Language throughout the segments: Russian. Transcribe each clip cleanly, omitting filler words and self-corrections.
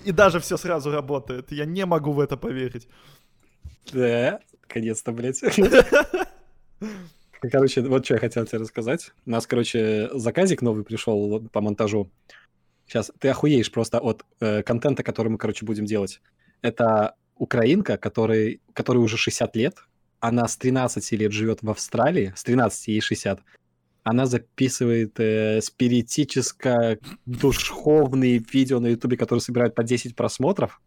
И даже все сразу работает. Я не могу в это поверить. Да, наконец-то, блядь. Короче, вот что я хотел тебе рассказать. У нас, короче, заказик новый пришел по монтажу. Сейчас ты охуеешь просто от контента, который мы, короче, будем делать. Это украинка, которой уже 60 лет. Она с 13 лет живет в Австралии. С 13 ей 60. Она записывает спиритическо-душевные видео на Ютубе, которые собирают по 10 просмотров.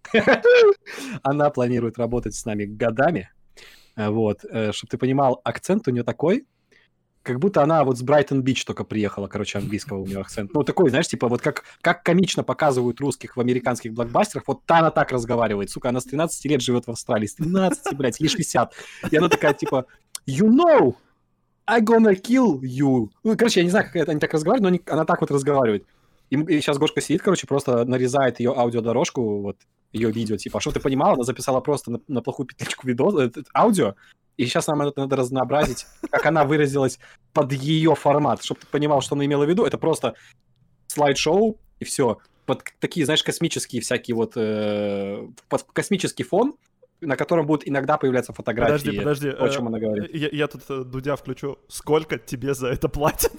Она планирует работать с нами годами. Вот, чтобы ты понимал, акцент у нее такой, как будто она вот с Брайтон-Бич только приехала, короче, английского у нее акцент. Ну, такой, знаешь, типа вот как комично показывают русских в американских блокбастерах, вот она так разговаривает. Сука, она с 13 лет живет в Австралии. С 13, блядь, ей 60. И она такая, типа, you know, I gonna kill you. Ну, короче, я не знаю, как это они так разговаривают, но она так вот разговаривает. И сейчас Гошка сидит, короче, просто нарезает ее аудиодорожку, вот, ее видео, типа, а чтобы ты понимал, она записала просто на плохую петличку аудио, и сейчас нам это надо разнообразить, как она выразилась под ее формат, чтобы ты понимал, что она имела в виду. Это просто слайд-шоу, и все. Под такие, знаешь, космические всякие вот... под космический фон, на котором будут иногда появляться фотографии. Подожди. О чем она говорит. Я тут Дудя включу. Сколько тебе за это платят?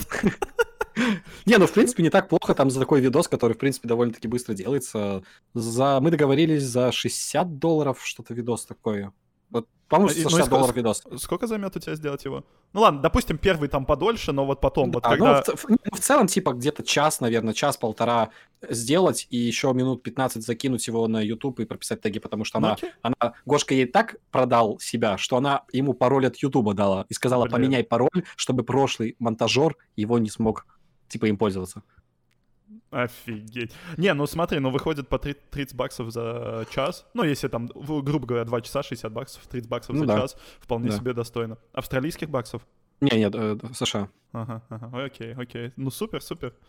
Не, ну, в принципе, не так плохо там за такой видос, который, в принципе, довольно-таки быстро делается. Мы договорились за $60, что-то видос такое. Вот, по-моему, за $60 видос. Сколько займет у тебя сделать его? Ну ладно, допустим, первый там подольше, но вот потом, вот когда... в целом, типа, где-то час, наверное, час-полтора сделать, и еще минут 15 закинуть его на YouTube и прописать теги, потому что Гошка ей так продал себя, что она ему пароль от YouTube дала и сказала, поменяй пароль, чтобы прошлый монтажер его не смог, типа, им пользоваться. Офигеть. Не, ну смотри, выходит по $30 за час. Ну, если там, грубо говоря, 2 часа, $60, $30 за час. Вполне себе достойно. Австралийских баксов? Нет, США. Ага, окей. Ну, супер.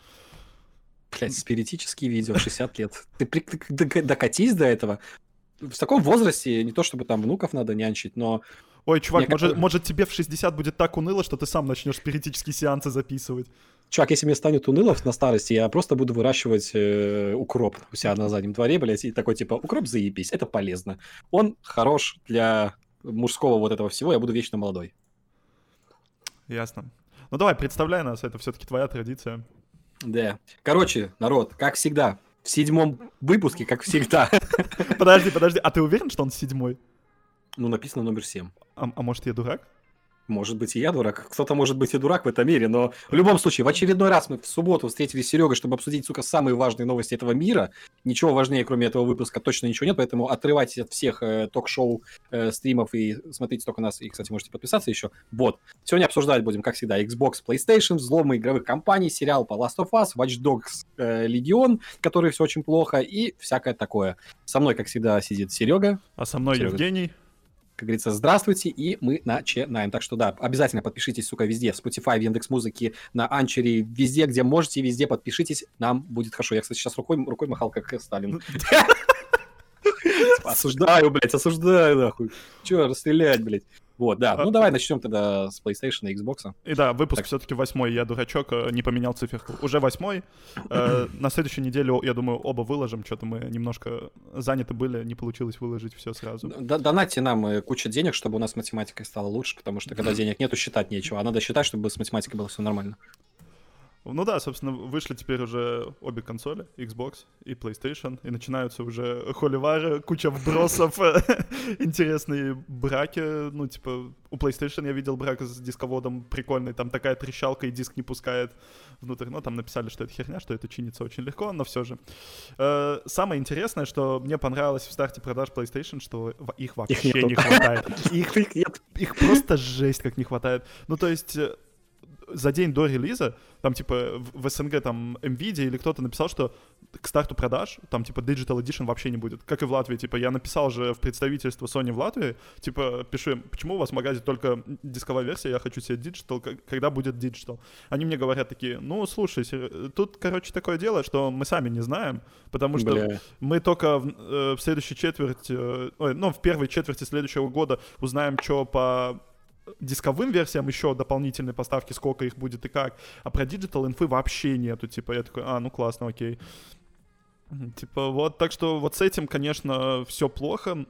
Блядь, спиритические видео, 60 лет. Ты докатись до этого. В таком возрасте не то, чтобы там внуков надо нянчить, но... Ой, чувак, может тебе в 60 будет так уныло, что ты сам начнешь спиритические сеансы записывать. Чувак, если мне станет уныло на старости, я просто буду выращивать укроп у себя на заднем дворе, блядь, и такой, типа, укроп заебись, это полезно. Он хорош для мужского вот этого всего, я буду вечно молодой. Ясно. Ну давай, представляй нас, это все-таки твоя традиция. Да. Короче, народ, как всегда, в 7-м выпуске, как всегда. Подожди, а ты уверен, что он 7-й? Ну, написано номер 7. А может, я дурак? Может быть, и я дурак. Кто-то может быть и дурак в этом мире, но в любом случае, в очередной раз мы в субботу встретились с Серегой, чтобы обсудить, сука, самые важные новости этого мира. Ничего важнее, кроме этого выпуска, точно ничего нет, поэтому отрывайтесь от всех ток-шоу, стримов и смотрите только нас. И, кстати, можете подписаться еще. Вот. Сегодня обсуждать будем, как всегда, Xbox, PlayStation, взломы игровых компаний, сериал по Last of Us, Watch Dogs Legion, который все очень плохо, и всякое такое. Со мной, как всегда, сидит Серега. А со мной Серега. Евгений. Как говорится, здравствуйте, и мы начинаем. Так что да, обязательно подпишитесь, сука, везде, в Spotify, в Яндекс.Музыке, на Анчере, везде, где можете, везде подпишитесь, нам будет хорошо. Я, кстати, сейчас рукой махал, как Сталин. Осуждаю, нахуй. Че, расстрелять, блядь. Вот, да. Ну, давай начнем тогда с PlayStation и Xbox. И да, выпуск все-таки 8-й. Я дурачок, не поменял циферку. Уже 8-й. На следующей неделе, я думаю, оба выложим. Что-то мы немножко заняты были, не получилось выложить все сразу. Донатьте нам кучу денег, чтобы у нас математикой стало лучше, потому что когда денег нету, считать нечего. А надо считать, чтобы с математикой было все нормально. Ну да, собственно, вышли теперь уже обе консоли, Xbox и PlayStation, и начинаются уже холивары, куча вбросов, интересные браки. Ну, типа, у PlayStation я видел брак с дисководом прикольный, там такая трещалка, и диск не пускает внутрь. Ну, там написали, что это херня, что это чинится очень легко, но все же. Самое интересное, что мне понравилось в старте продаж PlayStation, что их вообще не хватает. Их просто жесть как не хватает. Ну, то есть... За день до релиза, там, типа, в СНГ, там, NVIDIA или кто-то написал, что к старту продаж, там, типа, Digital Edition вообще не будет. Как и в Латвии, типа, я написал же в представительство Sony в Латвии, типа, пишу им, почему у вас в магазе только дисковая версия, я хочу себе Digital, когда будет Digital? Они мне говорят такие, ну, слушай, тут, короче, такое дело, что мы сами не знаем, потому что мы только в следующей четверти, в первой четверти следующего года узнаем, что по... дисковым версиям еще дополнительные поставки, сколько их будет и как, а про Digital инфы вообще нету, типа, я такой, ну классно, окей. Типа вот, так что вот с этим, конечно, все плохо,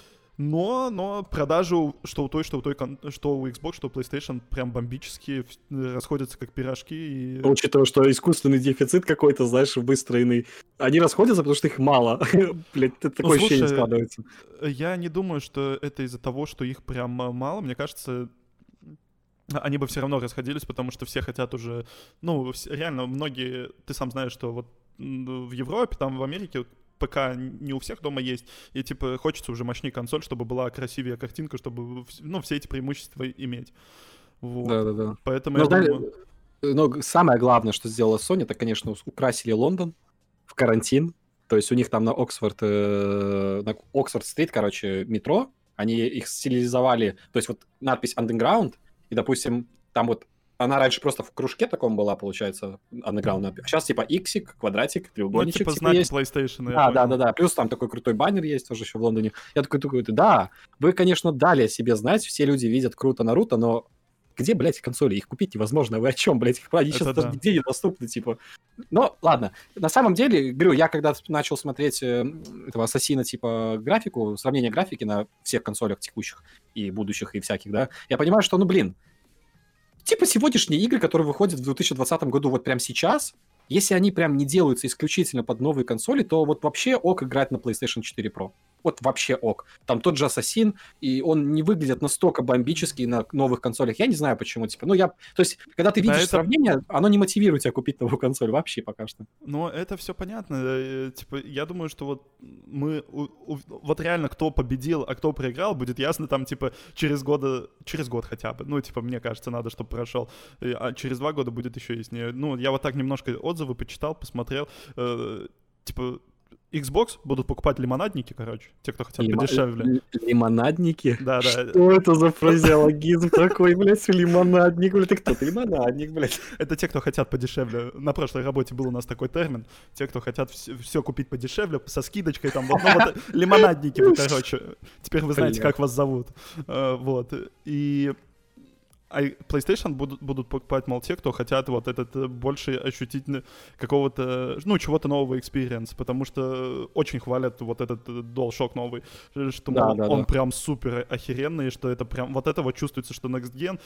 но продажи, что у Xbox, что у PlayStation прям бомбические, расходятся как пирожки. И... Учитывая, что искусственный дефицит какой-то, знаешь, выстроенный, они расходятся, потому что их мало. Блять, такое ощущение складывается. Я не думаю, что это из-за того, что их прям мало. Мне кажется, они бы все равно расходились, потому что все хотят уже... Ну, реально, многие... Ты сам знаешь, что вот в Европе, там в Америке ПК не у всех дома есть, и, типа, хочется уже мощнее консоль, чтобы была красивее картинка, чтобы, ну, все эти преимущества иметь. Вот. Да-да-да. Поэтому я думаю... Но самое главное, что сделала Sony, это, конечно, украсили Лондон в карантин. То есть у них там на Оксфорд-стрит, короче, метро, они их стилизовали, то есть вот надпись Underground, и, допустим, там вот она раньше просто в кружке таком была, получается, Underground. А сейчас типа иксик, квадратик, треугольничек. Ну, типа знак PlayStation. Да. Плюс там такой крутой баннер есть тоже еще в Лондоне. Я такой, да, вы, конечно, дали о себе знать, все люди видят круто Наруто, но где, блядь, консоли? Их купить невозможно. Вы о чем, блядь? Они сейчас даже нигде не доступны, типа. Но, ладно. На самом деле, говорю, я когда начал смотреть этого Ассасина, типа, графику, сравнение графики на всех консолях текущих и будущих, и всяких, да, я понимаю, что, ну, блин, типа сегодняшние игры, которые выходят в 2020 году вот прямо сейчас, если они прям не делаются исключительно под новые консоли, то вот вообще ок играть на PlayStation 4 Pro. Вот вообще ок. Там тот же Ассасин, и он не выглядит настолько бомбически на новых консолях. Я не знаю, почему. Типа, То есть, когда ты видишь сравнение, оно не мотивирует тебя купить новую консоль вообще пока что. Но это все понятно. Типа, я думаю, что вот вот реально кто победил, а кто проиграл, будет ясно там, типа, через год хотя бы. Ну, типа, мне кажется, надо, чтобы прошел. А через 2 года будет еще яснее. Ну, я вот так немножко отзывы почитал, посмотрел. Типа, Xbox будут покупать лимонадники, короче, те, кто хотят подешевле. Лимонадники? Да. Что это за фразеологизм такой, блядь, лимонадник? Блядь, ты кто? Ты лимонадник, блядь. Это те, кто хотят подешевле. На прошлой работе был у нас такой термин. Те, кто хотят все купить подешевле, со скидочкой, там, вот, лимонадники, короче. Теперь вы знаете, как вас зовут. Вот. И... А PlayStation будут покупать, мол, те, кто хотят вот этот больше ощутить какого-то, ну, чего-то нового experience, потому что очень хвалят вот этот DualShock новый, что, мол, он прям супер охеренный, что это прям, вот это вот чувствуется, что Next Gen,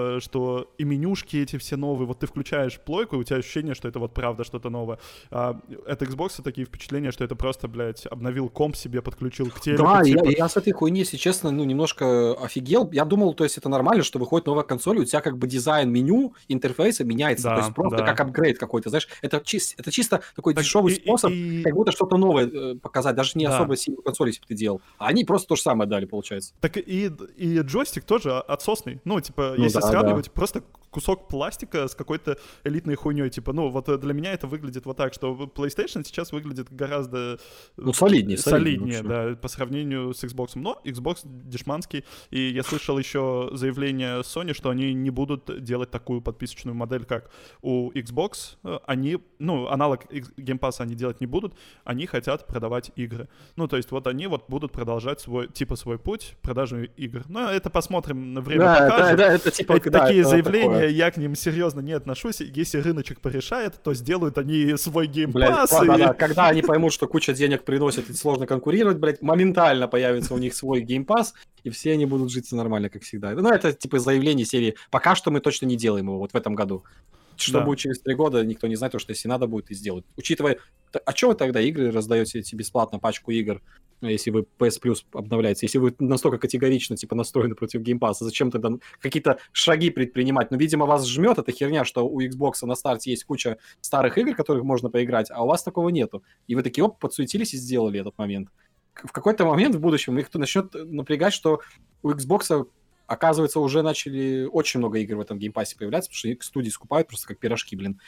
что и менюшки эти все новые, вот ты включаешь плойку, и у тебя ощущение, что это вот правда что-то новое. А от Xbox такие впечатления, что это просто, блядь, обновил комп себе, подключил к телеку. Да, типа... я с этой хуйни, если честно, ну, немножко офигел. Я думал, то есть это нормально, что выходит новая консоль, у тебя как бы дизайн меню, интерфейса меняется, то есть просто как апгрейд какой-то, знаешь, это чисто такой дешевый способ, как будто что-то новое показать, даже не особо сильную консоль, если бы ты делал. А они просто то же самое дали, получается. Так и джойстик тоже отсосный, ну, типа, если сравнивать, просто кусок пластика с какой-то элитной хуйней, типа, ну, вот для меня это выглядит вот так, что PlayStation сейчас выглядит гораздо... Ну, солиднее, да, по сравнению с Xbox. Но Xbox дешманский, и я слышал еще заявление Sony, что они не будут делать такую подписочную модель, как у Xbox. Они, ну, аналог Game Pass они делать не будут, они хотят продавать игры. Ну, то есть вот они вот будут продолжать свой путь продажи игр. Ну, это посмотрим, время покажет. Это типа... Такие заявления, я к ним серьезно не отношусь. Если рыночек порешает, то сделают они свой Game Pass. Когда они поймут, что куча денег приносит и сложно конкурировать, блядь, моментально появится у них свой Game Pass, и все они будут жить нормально, как всегда. Ну, это типа заявление серии «Пока что мы точно не делаем его вот в этом году». Что будет через 3 года, никто не знает, потому что если надо будет, и сделают. Учитывая, а что вы тогда игры раздаете бесплатно, пачку игр, если вы PS Plus обновляете, если вы настолько категорично, типа, настроены против Game Pass, зачем тогда какие-то шаги предпринимать? Ну, видимо, вас жмет эта херня, что у Xbox на старте есть куча старых игр, которых можно поиграть, а у вас такого нету. И вы такие, подсуетились и сделали этот момент. В какой-то момент в будущем их начнет напрягать, что у Xbox, оказывается, уже начали очень много игр в этом геймпассе появляться, потому что их студии скупают просто как пирожки, блин.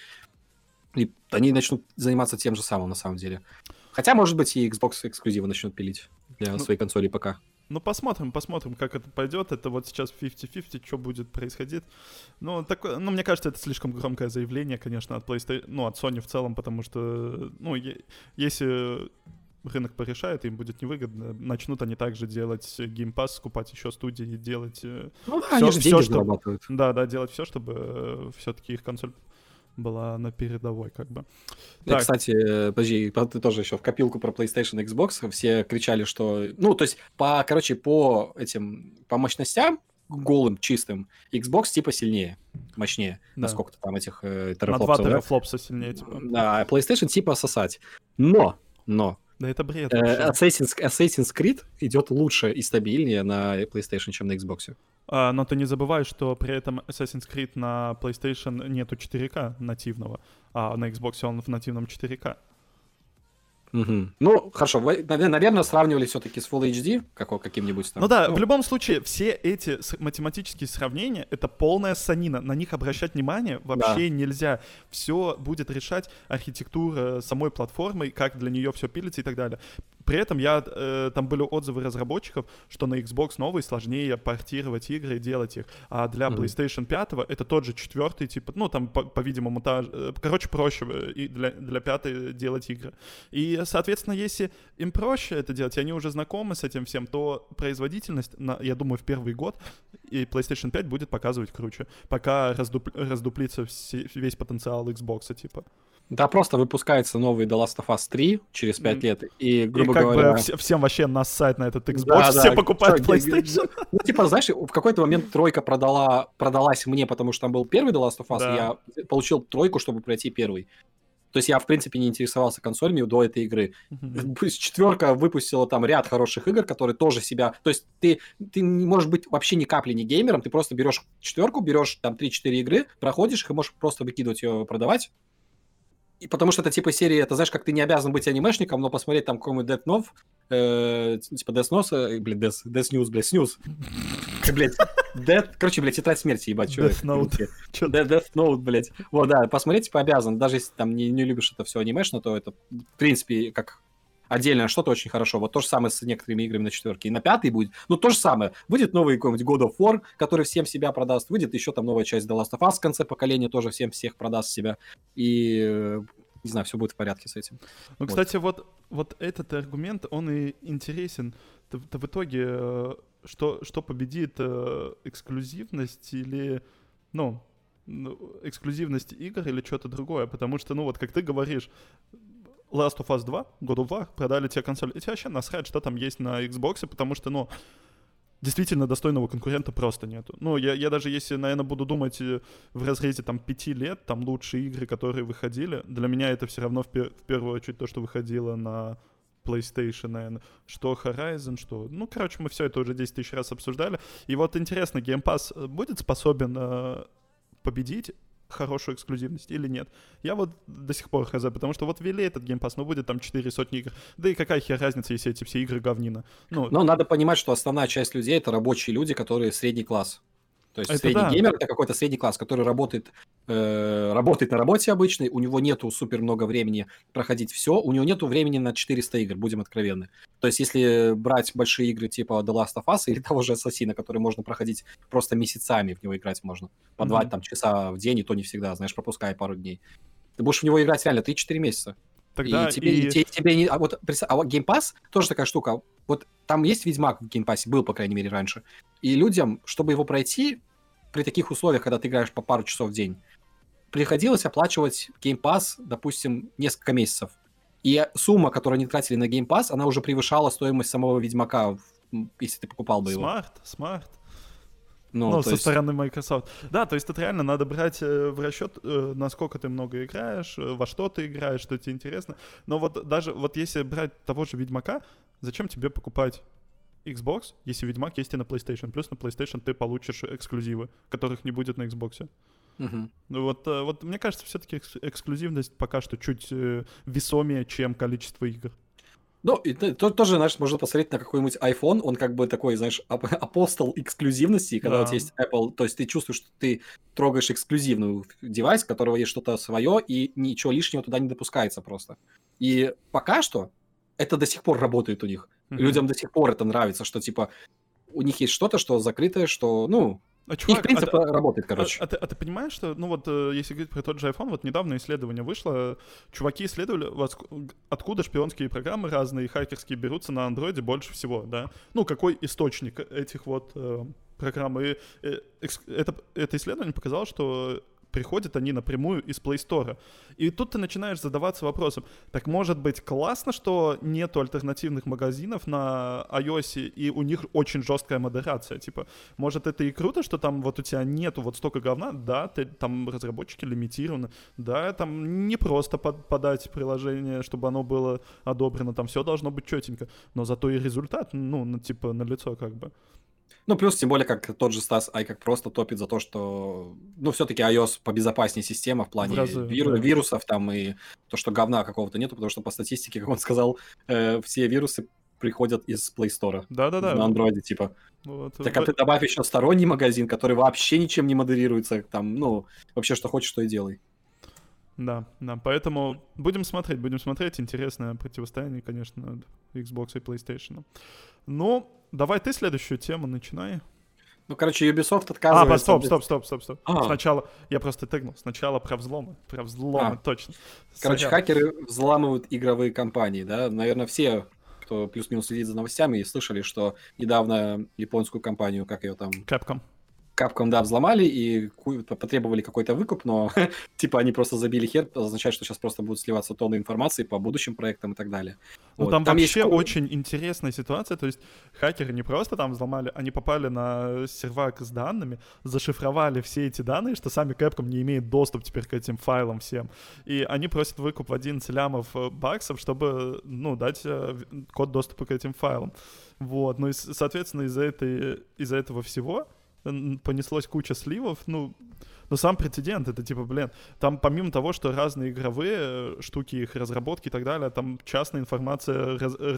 И они начнут заниматься тем же самым, на самом деле. Хотя, может быть, и Xbox эксклюзивы начнут пилить для своей консоли ПК. Ну, посмотрим, как это пойдет. Это вот сейчас 50-50, что будет происходить. Ну, мне кажется, это слишком громкое заявление, конечно, от PlayStation, ну, от Sony в целом, потому что, ну, если рынок порешает, им будет невыгодно. Начнут они также делать Game Pass, скупать еще студии, делать... Ну да, они же деньги зарабатывают. Да, делать все, чтобы все-таки их консоль была на передовой, как бы. И, кстати, подожди, ты тоже еще в копилку про PlayStation и Xbox все кричали, что... Ну, то есть, по мощностям голым, чистым, Xbox типа сильнее, мощнее, Да. на сколько-то там этих На 2 терафлопсов, да? терафлопса сильнее, типа. Да, а PlayStation типа сосать. Но, Да это бред вообще. Assassin's Creed идет лучше и стабильнее на PlayStation, чем на Xbox. Но ты не забывай, что при этом Assassin's Creed на PlayStation нету 4К нативного, а на Xbox он в нативном 4К. Угу. Ну, хорошо, наверное, сравнивали все-таки с Full HD каким-нибудь там. Ну да, в любом случае, все эти математические сравнения — это полная санина. На них обращать внимание вообще нельзя. Все будет решать архитектура самой платформы, как для нее все пилится и так далее. При этом там были отзывы разработчиков, что на Xbox новый сложнее портировать игры и делать их. А для PlayStation 5 это тот же 4, типа, ну там, по-видимому, короче, проще и для 5 делать игры. И, соответственно, если им проще это делать, и они уже знакомы с этим всем, то производительность, я думаю, в первый год и PlayStation 5 будет показывать круче, пока раздуплится весь потенциал Xbox, типа. Да, просто выпускается новый The Last of Us 3 через 5 лет, и, грубо как говоря... бы всем вообще нассать на этот Xbox, все покупают PlayStation. Ну, типа, знаешь, в какой-то момент тройка продалась мне, потому что там был первый The Last of Us, и я получил тройку, чтобы пройти первый. То есть я, в принципе, не интересовался консолями до этой игры. Четверка выпустила там ряд хороших игр, которые тоже себя... То есть ты не можешь быть вообще ни капли не геймером, ты просто берешь четверку, берешь там 3-4 игры, проходишь их и можешь просто выкидывать ее, продавать. И потому что это типа серии, это знаешь, как ты не обязан быть анимешником, но посмотреть там какой-нибудь Death Note, типа Death Note, Death News, Snooze. Блядь, короче, блядь, тетрадь смерти, ебать, человек. Death Note, блядь. Вот, да, посмотреть типа обязан, даже если там не любишь это все анимешно, то это, в принципе, как отдельное что-то очень хорошо. Вот то же самое с некоторыми играми на 4. И на 5 будет, ну, то же самое. Выйдет новый какой-нибудь God of War, который всем себя продаст. Выйдет еще там новая часть The Last of Us в конце поколения, тоже всех продаст себя. И, не знаю, все будет в порядке с этим. Ну, кстати, вот этот аргумент, он и интересен. В итоге, что победит, эксклюзивность или, ну, эксклюзивность игр или что-то другое? Потому что, ну, вот как ты говоришь, Last of Us 2, God of War, продали тебе консоль, и тебе вообще насрать, что там есть на Xbox, потому что, ну, действительно достойного конкурента просто нету. Ну, я даже если, наверное, буду думать в разрезе там 5 лет, там лучшие игры, которые выходили, для меня это все равно в первую очередь то, что выходило на PlayStation, наверное, что Horizon, что... Ну, короче, мы все это уже 10 тысяч раз обсуждали. И вот интересно, Game Pass будет способен победить хорошую эксклюзивность или нет? Я вот до сих пор хз, потому что вот ввели этот Game Pass, но будет там 4 сотни игр. Да и какая хер разница, если эти все игры говнина? Но надо понимать, что основная часть людей — это рабочие люди, которые средний класс. То есть это средний геймер — это какой-то средний класс, который работает на работе обычной, у него нету супер много времени проходить все, у него нету времени на 400 игр, будем откровенны. То есть если брать большие игры типа The Last of Us или того же Ассасина, который можно проходить просто месяцами, в него играть можно, по 2 там, часа в день, и то не всегда, знаешь, пропуская пару дней. Ты будешь в него играть реально 3-4 месяца. Тогда тебе не... А вот Game Pass тоже такая штука. Вот там есть Ведьмак в Game Pass, был, по крайней мере, раньше. И людям, чтобы его пройти, при таких условиях, когда ты играешь по пару часов в день, приходилось оплачивать Game Pass, допустим, несколько месяцев. И сумма, которую они тратили на Game Pass, она уже превышала стоимость самого Ведьмака, если ты покупал бы его. Смарт. Ну, со стороны Microsoft. Да, то есть тут реально надо брать в расчет, насколько ты много играешь, во что ты играешь, что тебе интересно. Но вот даже вот если брать того же Ведьмака, зачем тебе покупать Xbox, если Ведьмак есть и на PlayStation? Плюс на PlayStation ты получишь эксклюзивы, которых не будет на Xbox. Ну вот мне кажется, все-таки эксклюзивность пока что чуть весомее, чем количество игр. Ну, и тоже, знаешь, можно посмотреть на какой-нибудь iPhone, он как бы такой, знаешь, апостол эксклюзивности, когда у тебя есть Apple, то есть ты чувствуешь, что ты трогаешь эксклюзивный девайс, у которого есть что-то свое, и ничего лишнего туда не допускается просто. И пока что это до сих пор работает у них. Людям до сих пор это нравится, что, типа, у них есть что-то, что закрытое, что, ну... Их принцип работает, короче. А ты понимаешь, что, ну вот, если говорить про тот же iPhone, вот недавно исследование вышло, чуваки исследовали, откуда шпионские программы разные, хакерские берутся на андроиде больше всего, да? Ну, какой источник этих вот программ. И это исследование показало, что приходят они напрямую из Play Store. И тут ты начинаешь задаваться вопросом, так может быть классно, что нету альтернативных магазинов на iOS, и у них очень жесткая модерация, типа, может это и круто, что там вот у тебя нету вот столько говна, да, там разработчики лимитированы, да, там не просто подать приложение, чтобы оно было одобрено, там все должно быть четенько, но зато и результат, ну типа, налицо как бы. Ну, плюс, тем более, как тот же Стас как просто топит за то, что, ну, все-таки iOS побезопаснее система в плане вирусов там и то, что говна какого-то нету, потому что по статистике, как он сказал, все вирусы приходят из Play Store. Да-да-да. На Android, типа. Вот. Так, а ты добавь еще сторонний магазин, который вообще ничем не модерируется, там, ну, вообще, что хочешь, то и делай. Да, поэтому будем смотреть, интересное противостояние, конечно, Xbox и PlayStation. Ну, давай ты следующую тему начинай. Ну, короче, Ubisoft отказывается... Стоп. Сначала, я просто тегнул, сначала про взломы, точно. Короче, хакеры взламывают игровые компании, да, наверное, все, кто плюс-минус следит за новостями, слышали, что недавно японскую компанию, как ее там... Capcom, да, взломали и потребовали какой-то выкуп, но типа они просто забили хер, это означает, что сейчас просто будут сливаться тонны информации по будущим проектам и так далее. Ну вот. Там вообще очень интересная ситуация, то есть хакеры не просто там взломали, они попали на сервак с данными, зашифровали все эти данные, что сами Capcom не имеет доступ теперь к этим файлам всем, и они просят выкуп в 11 лямов баксов, чтобы, ну, дать код доступа к этим файлам. Вот, ну и, соответственно, из-за этого всего понеслось куча сливов, но сам прецедент, это типа, там помимо того, что разные игровые штуки, их разработки и так далее, там частная информация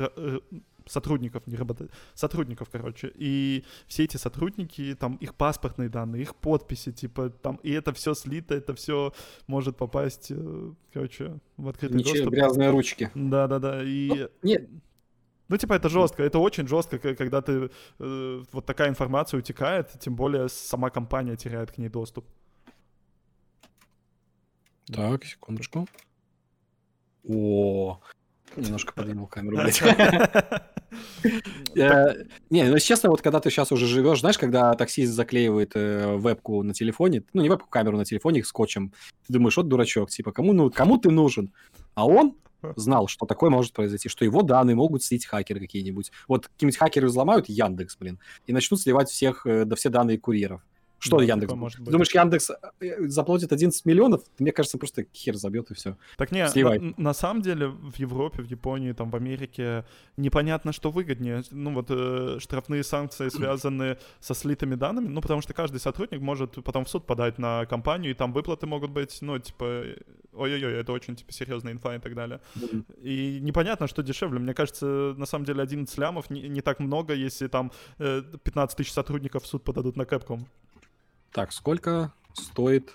сотрудников, сотрудников, короче, и все эти сотрудники, там их паспортные данные, их подписи, типа, там, и это все слито, это все может попасть, короче, в открытый доступ. Грязные ручки. Да, и... Нет. Ну, типа, это жестко, это очень жестко, когда ты вот такая информация утекает, тем более сама компания теряет к ней доступ. Так, секундочку. О, немножко подвинул камеру, блядь. Не, ну, честно, вот когда ты сейчас уже живешь, знаешь, когда таксист заклеивает вебку на телефоне, ну, не вебку, камеру на телефоне скотчем, ты думаешь, вот дурачок, типа, кому ты нужен? А он знал, что такое может произойти, что его данные могут слить хакеры какие-нибудь. Вот какие-нибудь хакеры взломают Яндекс, и начнут сливать все данные курьеров. Что да, Яндекс? Ты думаешь, Яндекс заплатит 11 миллионов? Мне кажется, просто хер забьет и все. Так не, на самом деле в Европе, в Японии, там в Америке непонятно, что выгоднее. Ну вот штрафные санкции связаны со слитыми данными, ну потому что каждый сотрудник может потом в суд подать на компанию, и там выплаты могут быть, ну типа, ой-ой-ой, это очень типа серьезная инфа и так далее. И непонятно, что дешевле. Мне кажется, на самом деле 11 лямов не так много, если там 15 тысяч сотрудников в суд подадут на Capcom. Так, сколько стоит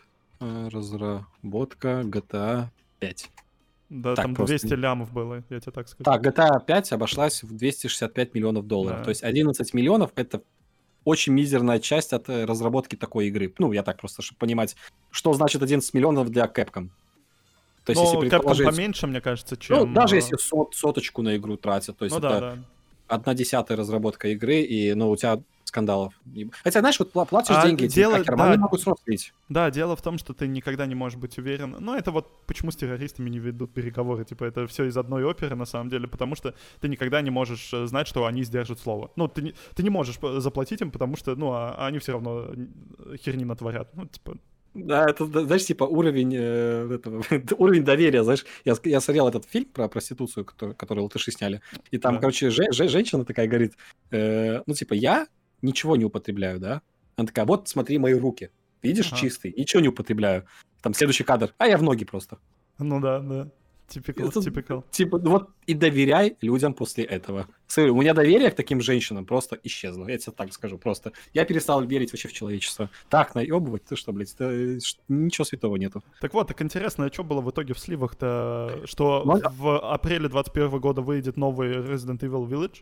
разработка GTA 5? Да, так, там 200 лямов было, я тебе так скажу. Так, GTA 5 обошлась в 265 миллионов долларов. Да. То есть 11 миллионов — это очень мизерная часть от разработки такой игры. Ну, я так просто, чтобы понимать, что значит 11 миллионов для Capcom. То есть, если предположить... Capcom поменьше, мне кажется, чем... Ну, даже если соточку на игру тратят, то есть это 1/10 разработка игры, и, ну, у тебя... скандалов. Хотя, знаешь, вот платишь деньги этим хакерам, они могут срок слить. Да, дело в том, что ты никогда не можешь быть уверен. Но это вот почему с террористами не ведут переговоры. Типа, это все из одной оперы, на самом деле, потому что ты никогда не можешь знать, что они сдержат слово. Ну, ты не можешь заплатить им, потому что, ну, они все равно херни натворят. Ну, типа... Да, это, знаешь, типа уровень уровень доверия, знаешь. Я смотрел этот фильм про проституцию, который латыши сняли, и там, короче, женщина такая говорит, ну, типа, я ничего не употребляю, да? Она такая, вот, смотри мои руки. Видишь, чистый, ничего не употребляю. Там следующий кадр, а я в ноги просто. Ну да. Типикал. Типа, вот и доверяй людям после этого. Смотри, у меня доверие к таким женщинам просто исчезло. Я тебе так скажу, просто. Я перестал верить вообще в человечество. Так наебывать, ты что, блядь, ничего святого нету. Так вот, так интересно, а что было в итоге в сливах-то? Что в апреле 2021 года выйдет новый Resident Evil Village?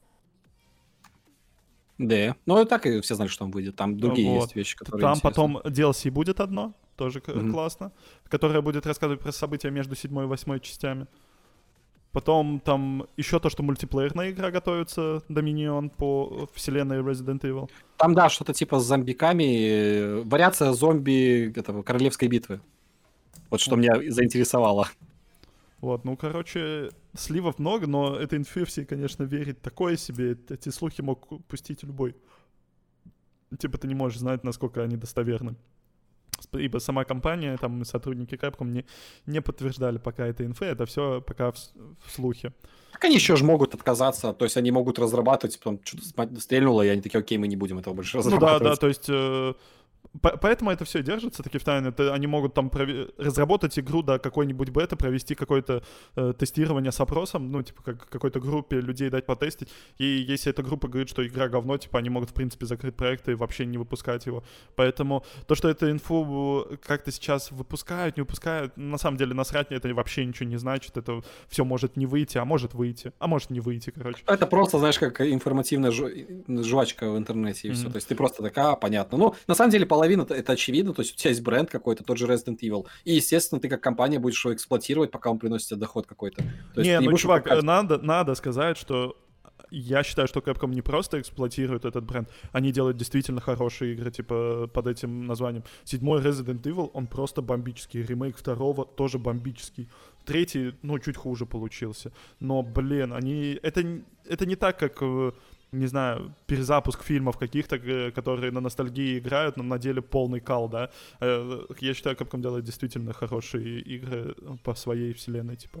Да, ну и так и все знали, что он выйдет. Там другие есть вещи, которые там потом DLC будет одно, тоже классно, которое будет рассказывать про события между 7 и 8 частями. Потом там еще то, что мультиплеерная игра готовится, Dominion по вселенной Resident Evil. Там, да, что-то типа с зомбиками, вариация зомби этого королевской битвы. Вот что меня заинтересовало. Вот, ну, короче, сливов много, но этой инфе конечно, верить такое себе. Эти слухи мог пустить любой. Типа ты не можешь знать, насколько они достоверны. Ибо сама компания, там сотрудники Capcom не подтверждали пока этой инфы, это все пока в слухе. Так они еще же могут отказаться, то есть они могут разрабатывать, потом что-то стрельнуло, и они такие, окей, мы не будем этого больше разрабатывать. Ну да, то есть... Поэтому это все держится таки в тайне. Они могут там разработать игру до какой-нибудь беты, провести какое-то тестирование с опросом, ну, типа, какой-то группе людей дать потестить. И если эта группа говорит, что игра говно, типа, они могут, в принципе, закрыть проект и вообще не выпускать его. Поэтому то, что эту инфу как-то сейчас выпускают, не выпускают, на самом деле насрать мне это вообще ничего не значит. Это все может не выйти, а может выйти. А может не выйти, короче. Это просто, знаешь, как информативная жвачка в интернете и все. То есть ты просто такая, понятно. Ну, на самом деле, половина это очевидно, то есть у тебя есть бренд какой-то, тот же Resident Evil, и, естественно, ты как компания будешь его эксплуатировать, пока он приносит тебе доход какой-то. То есть не, ну, чувак, надо сказать, что я считаю, что Capcom не просто эксплуатирует этот бренд, они делают действительно хорошие игры, типа, под этим названием. 7-й Resident Evil, он просто бомбический, ремейк 2-го тоже бомбический. 3-й, ну, чуть хуже получился. Но, блин, это не так, как... не знаю, перезапуск фильмов каких-то, которые на ностальгии играют, но на деле полный кал, да. Я считаю, Capcom делает действительно хорошие игры по своей вселенной, типа.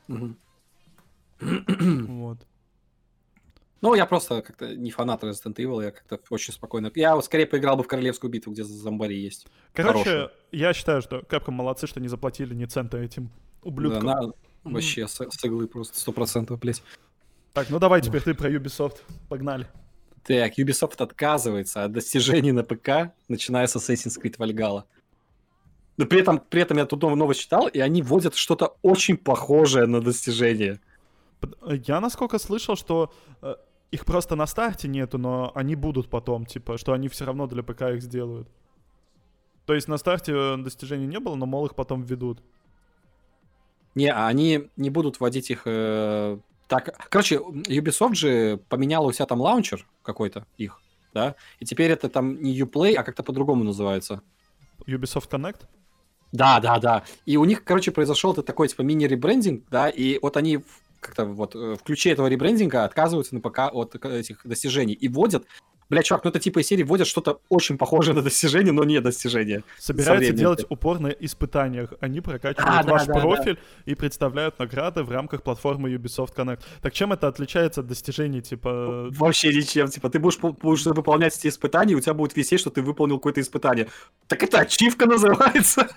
Вот. Ну, я просто как-то не фанат Resident Evil, я как-то очень спокойно... Я скорее поиграл бы в Королевскую битву, где зомбари есть. Короче, хорошие. Я считаю, что Capcom молодцы, что не заплатили ни цента этим ублюдкам. Да, вообще с иглы просто 100%, блядь. Так, ну давай теперь ты про Ubisoft. Погнали. Так, Ubisoft отказывается от достижений на ПК, начиная с Assassin's Creed Valhalla. Но при этом я тут новость читал, и они вводят что-то очень похожее на достижение. Я насколько слышал, что их просто на старте нету, но они будут потом, типа, что они все равно для ПК их сделают. То есть на старте достижений не было, но, мол, их потом введут. Не, они не будут вводить их... Так, короче, Ubisoft же поменяла у себя там лаунчер какой-то их, да? И теперь это там не Uplay, а как-то по-другому называется. Ubisoft Connect? Да. И у них, короче, произошел это такой, типа, мини-ребрендинг, да, и вот они как-то вот в ключе этого ребрендинга отказываются на ПК от этих достижений и вводят... Бля, чувак, ну это типа из серии вводят что-то очень похожее на достижение, но не достижение. Собираются делать упор на испытаниях. Они прокачивают ваш профиль и представляют награды в рамках платформы Ubisoft Connect. Так чем это отличается от достижений, типа... Вообще ничем. Типа ты будешь выполнять эти испытания, и у тебя будет висеть, что ты выполнил какое-то испытание. Так это ачивка называется.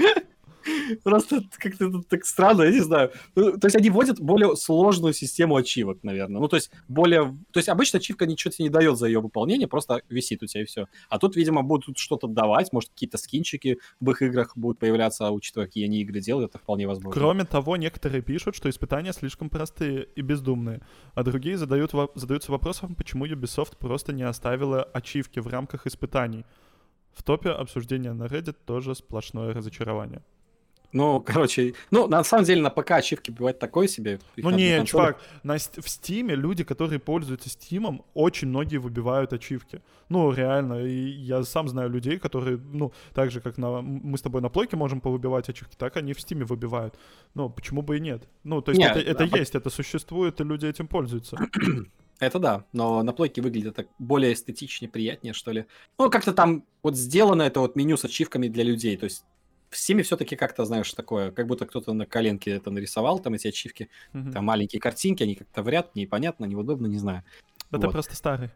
Просто как-то это так странно, я не знаю. То есть они вводят более сложную систему ачивок, наверное. Ну, то есть обычно ачивка ничего тебе не дает за ее выполнение, просто висит у тебя и все. А тут, видимо, будут что-то давать, может, какие-то скинчики в их играх будут появляться, учитывая, какие они игры делают, это вполне возможно. Кроме того, некоторые пишут, что испытания слишком простые и бездумные, а другие задаются вопросом, почему Ubisoft просто не оставила ачивки в рамках испытаний. В топе обсуждения на Reddit тоже сплошное разочарование. Ну, короче, на самом деле на ПК ачивки бывают такое себе. Ну не, чувак, в Стиме люди, которые пользуются Стимом, очень многие выбивают ачивки. Ну, реально, и я сам знаю людей, которые, ну, так же, как мы с тобой на плойке можем повыбивать ачивки, так они в Стиме выбивают. Ну, почему бы и нет? Ну, то есть это есть, это существует, и люди этим пользуются. Это да, но на плойке выглядит так более эстетичнее, приятнее, что ли. Ну, как-то там вот сделано это вот меню с ачивками для людей, то есть в Steam все-таки как-то, знаешь, такое, как будто кто-то на коленке это нарисовал, там эти ачивки, там маленькие картинки, они как-то вряд, непонятно, неудобно, не знаю. Да вот. Ты просто старый.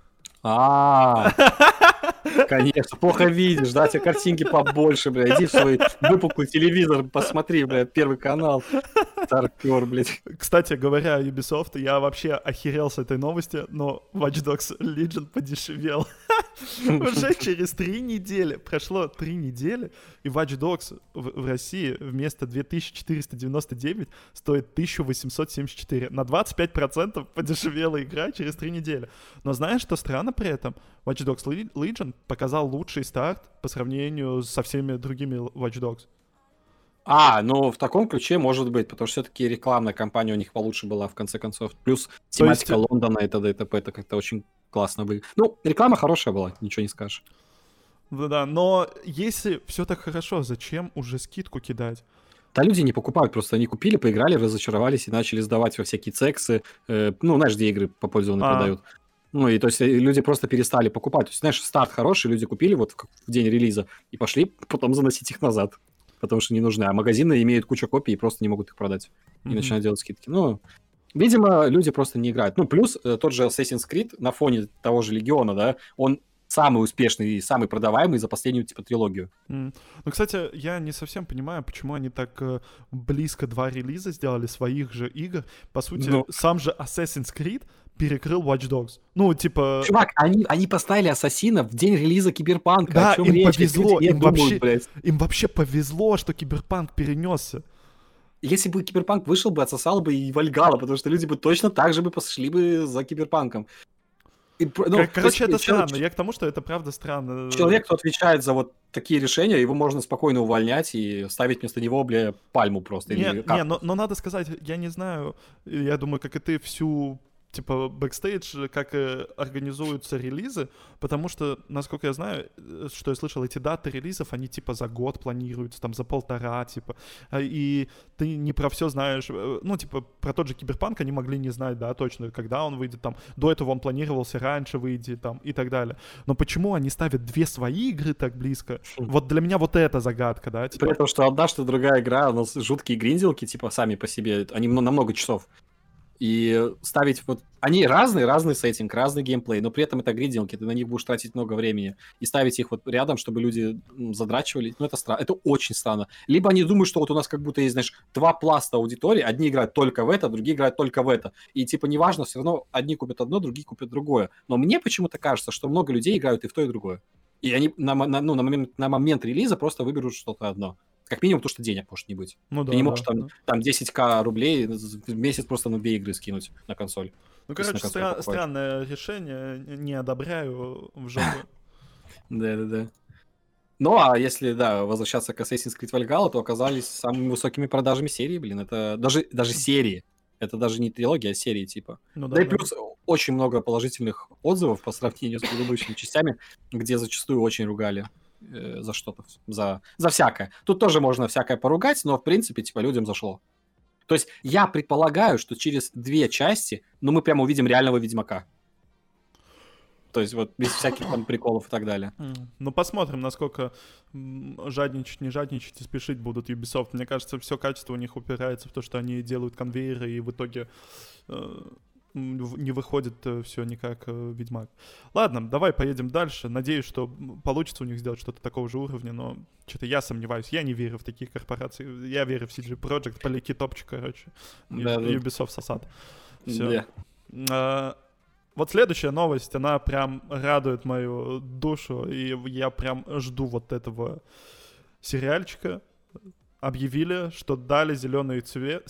Конечно, плохо видишь, да, тебе картинки побольше, бля, иди в свой выпуклый телевизор, посмотри, бля, Первый канал, старпер, блядь. Кстати, говоря о Ubisoft, я вообще охерел с этой новости, но Watch Dogs Legion подешевел. Уже через 3 недели, прошло 3 недели, и Watch Dogs в России вместо 2499 стоит 1874. На 25% подешевела игра через 3 недели. Но знаешь, что странно при этом? Watch Dogs Legion показал лучший старт по сравнению со всеми другими Watch Dogs. Ну в таком ключе может быть, потому что все-таки рекламная кампания у них получше была, в конце концов. Плюс То есть, тематика Лондона и т.д. и т.п. Это как-то очень классно было. Ну, реклама хорошая была, ничего не скажешь. да, но если все так хорошо, зачем уже скидку кидать? Да люди не покупают, просто они купили, поиграли, разочаровались и начали сдавать во всякие цексы. Ну, знаешь, где игры попользованные продают. Ну, и то есть люди просто перестали покупать. То есть, знаешь, старт хороший, люди купили вот в день релиза и пошли потом заносить их назад, потому что не нужны. А магазины имеют кучу копий и просто не могут их продать. И начинают делать скидки. Ну, видимо, люди просто не играют. Ну, плюс тот же Assassin's Creed на фоне того же Легиона, да, он самый успешный и самый продаваемый за последнюю, типа, трилогию. Ну, кстати, я не совсем понимаю, почему они так близко 2 релиза сделали своих же игр. По сути, сам же Assassin's Creed перекрыл Watch Dogs. Ну, типа... Чувак, они поставили Ассасина в день релиза Киберпанка. Да, им повезло, им вообще повезло, что Киберпанк перенесся. Если бы Киберпанк вышел бы, отсосал бы и Вальгалла, потому что люди бы точно так же бы пошли бы за Киберпанком. Короче, это странно. Я к тому, что это правда странно. Человек, кто отвечает за вот такие решения, его можно спокойно увольнять и ставить вместо него, бля, пальму просто. Но надо сказать, я не знаю, я думаю, как и ты, всю типа бэкстейдж, как организуются релизы, потому что, насколько я знаю, что я слышал, эти даты релизов, они типа за год планируются, там за 1,5, типа, и ты не про все знаешь, ну, типа, про тот же Киберпанк они могли не знать, да, точно, когда он выйдет, там, до этого он планировался раньше выйти, там, и так далее. Но почему они ставят 2 свои игры так близко? Вот для меня вот это загадка, да, типа. При этом, что одна, что другая игра, у нас жуткие гринделки, типа, сами по себе, они на много часов. И ставить вот... Они разный сеттинг, разный геймплей, но при этом это гринделки, ты на них будешь тратить много времени. И ставить их вот рядом, чтобы люди задрачивали, ну это странно, это очень странно. Либо они думают, что вот у нас как будто есть, знаешь, 2 пласта аудитории, одни играют только в это, другие играют только в это. И типа неважно, все равно одни купят одно, другие купят другое. Но мне почему-то кажется, что много людей играют и в то, и в другое. И они на момент релиза просто выберут что-то одно. Как минимум, то, что денег может не быть. Ну, да, ты не можешь там 10к рублей в месяц просто на 2 игры скинуть на консоль. Ну, короче, странное решение, не одобряю в жопу. Да. Ну, а если, да, возвращаться к Assassin's Creed Valhalla, то оказались самыми высокими продажами серии, блин. Это даже серии. Это даже не трилогия, а серии, типа. Да и плюс очень много положительных отзывов по сравнению с предыдущими частями, где зачастую очень ругали за что-то, за всякое. Тут тоже можно всякое поругать, но, в принципе, типа, людям зашло. То есть я предполагаю, что через 2 части, мы прямо увидим реального Ведьмака. То есть вот без всяких там приколов и так далее. Ну, посмотрим, насколько жадничать, не жадничать и спешить будут Ubisoft. Мне кажется, все качество у них упирается в то, что они делают конвейеры, и в итоге не выходит все никак Ведьмак. Ладно, давай поедем дальше. Надеюсь, что получится у них сделать что-то такого же уровня, но что-то я сомневаюсь. Я не верю в такие корпорации. Я верю в CG Projekt, поляки топчик, короче. Да. Ubisoft сосад. Все. Yeah. Вот следующая новость, она прям радует мою душу, и я прям жду вот этого сериальчика. Объявили, что дали зеленый свет.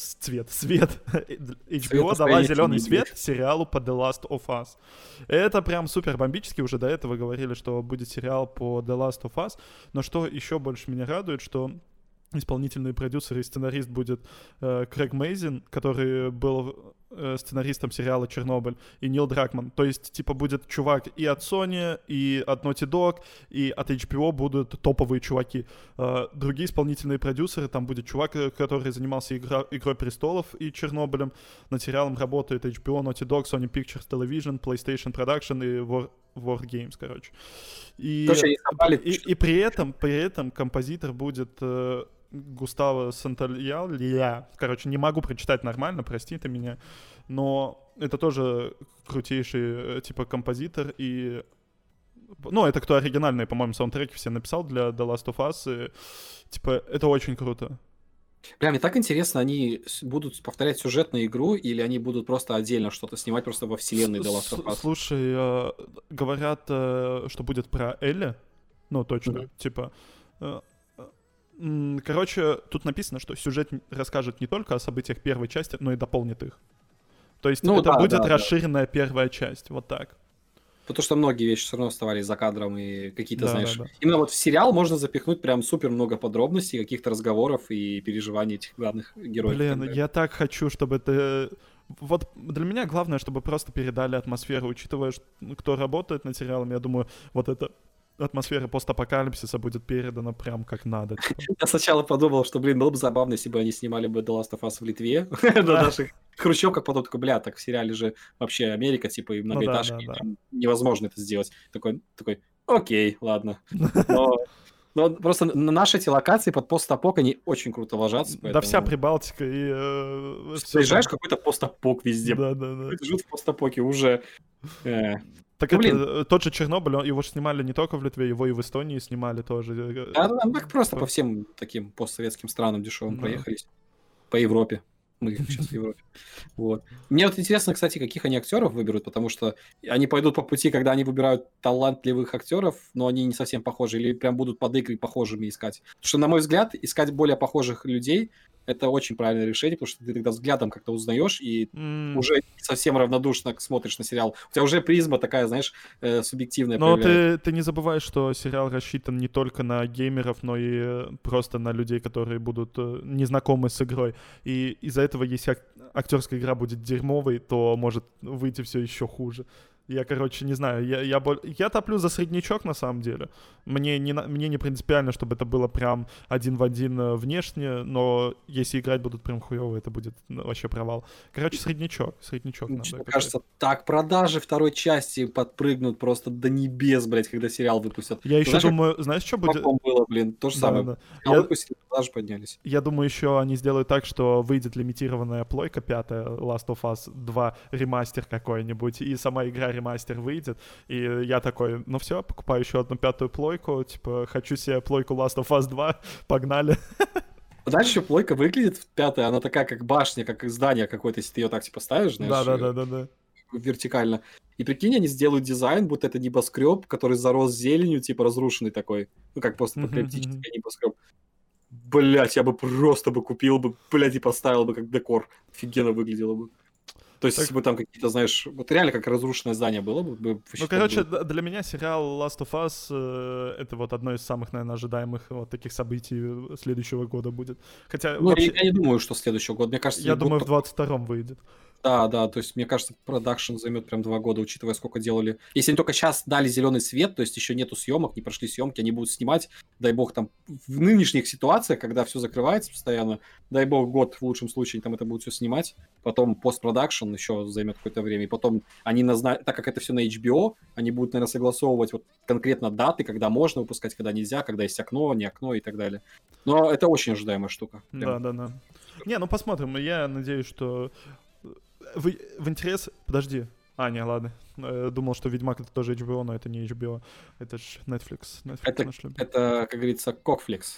HBO дала зеленый свет сериалу по The Last of Us. Это прям супер бомбически. Уже до этого говорили, что будет сериал по The Last of Us. Но что еще больше меня радует, что исполнительный продюсер и сценарист будет Крэг Мейзин, который был сценаристом сериала «Чернобыль», и Нил Дракман. То есть, типа, будет чувак и от Sony, и от Naughty Dog, и от HBO будут топовые чуваки. Другие исполнительные продюсеры, там будет чувак, который занимался «Игрой престолов» и «Чернобылем». Над сериалом работает HBO, Naughty Dog, Sony Pictures Television, PlayStation Production и War Games, короче. И при этом композитор будет Густаво Санталья. Короче, не могу прочитать нормально, прости ты меня. Но это тоже крутейший, типа, композитор. И... Ну, это кто оригинальные, по-моему, саундтреки все написал для The Last of Us. И, типа, это очень круто. Прям мне так интересно, они будут повторять сюжетную игру, или они будут просто отдельно что-то снимать просто во вселенной The Last of Us? Слушай, говорят, что будет про Элли. Ну, точно. Типа... Короче, тут написано, что сюжет расскажет не только о событиях первой части, но и дополнит их. То есть это будет расширенная первая часть, вот так. Потому что многие вещи все равно оставались за кадром, и какие-то, Да, знаешь... да, да. Именно вот в сериал можно запихнуть прям супер много подробностей, каких-то разговоров и переживаний этих главных героев. и так Блин, далее. я так хочу, чтобы это... Вот для меня главное, чтобы просто передали атмосферу, учитывая, кто работает над сериалом, я думаю, вот эта атмосфера постапокалипсиса будет передана прям как надо. Типа. Я сначала подумал, что, блин, было бы забавно, если бы они снимали бы The Last of Us в Литве, до наших хрущевках, потом такой, бля, так в сериале же вообще Америка, типа, и Ну да, многоэтажки, да, да. там невозможно это сделать. Такой, окей, ладно. Но просто на наши эти локации под постапок, они очень круто ложатся, Да вся поэтому... Прибалтика и все Приезжаешь, там. какой-то постапок везде. Да, да, да. Ты живешь в постапоке уже... Так Ну, это тот же Чернобыль, его же снимали не только в Литве, его и в Эстонии снимали тоже. Да, так просто по всем таким постсоветским странам дешевым Да. проехались. По Европе. Мы сейчас в Европе. Вот. Мне вот интересно, кстати, каких они актеров выберут, потому что они пойдут по пути, когда они выбирают талантливых актеров, но они не совсем похожи, или прям будут под игры похожими искать. Потому что, на мой взгляд, искать более похожих людей — это очень правильное решение, потому что ты тогда взглядом как-то узнаешь и уже не совсем равнодушно смотришь на сериал. У тебя уже призма такая, знаешь, субъективная Но появляется. ты не забывай, что сериал рассчитан не только на геймеров, но и просто на людей, которые будут незнакомы с игрой. И из-за этого, если актерская игра будет дерьмовой, то может выйти все еще хуже. Я, короче, не знаю, я топлю за среднячок на самом деле. Мне не принципиально, чтобы это было прям один в один внешне, но если играть будут прям хуёво, это будет вообще провал. Короче, среднячок надо. Мне кажется, так продажи второй части подпрыгнут просто до небес, блядь, когда сериал выпустят. Я еще думаю, знаешь, что будет? Потом было, блин, то же самое. Да. Сериал выпустили, продажи поднялись. Я думаю, еще они сделают так, что выйдет лимитированная плойка 5 Last of Us 2 ремастер какой-нибудь, и сама игра ремастер выйдет, и я такой, ну все, покупаю еще одну 5-ю плойку, типа, хочу себе плойку Last of Us 2, погнали. Дальше еще плойка выглядит, 5-я, она такая, как башня, как здание какое-то, если ты ее так, типа, ставишь, знаешь, Да. вертикально. И прикинь, они сделают дизайн, будто это небоскреб, который зарос зеленью, типа, разрушенный такой, ну, как просто апокалиптический небоскреб. Блять, я бы просто купил бы, блять, и поставил бы как декор. Офигенно выглядело бы. То есть, Так... если бы там какие-то, знаешь, вот реально как разрушенное здание было бы... Ну, короче, для меня сериал Last of Us это вот одно из самых, наверное, ожидаемых вот таких событий следующего года будет. Хотя ну, вообще... я не думаю, что следующего года. Мне кажется, я думаю, в 22-м выйдет. Да, то есть, мне кажется, продакшн займет прям 2 года, учитывая, сколько делали. Если они только сейчас дали зеленый свет, то есть еще нету съемок, не прошли съемки, они будут снимать, дай бог, там, в нынешних ситуациях, когда все закрывается постоянно, дай бог, год в лучшем случае, там это будут все снимать, потом постпродакшн еще займет какое-то время, и потом они так как это все на HBO, они будут, наверное, согласовывать вот конкретно даты, когда можно выпускать, когда нельзя, когда есть окно, не окно и так далее. Но это очень ожидаемая штука. Прям. Да. Не, ну посмотрим, я надеюсь, что... В интерес... Подожди. Не, ладно. Думал, что Ведьмак это тоже HBO, но это не HBO. Это ж Netflix. Это, как говорится, Кокфликс.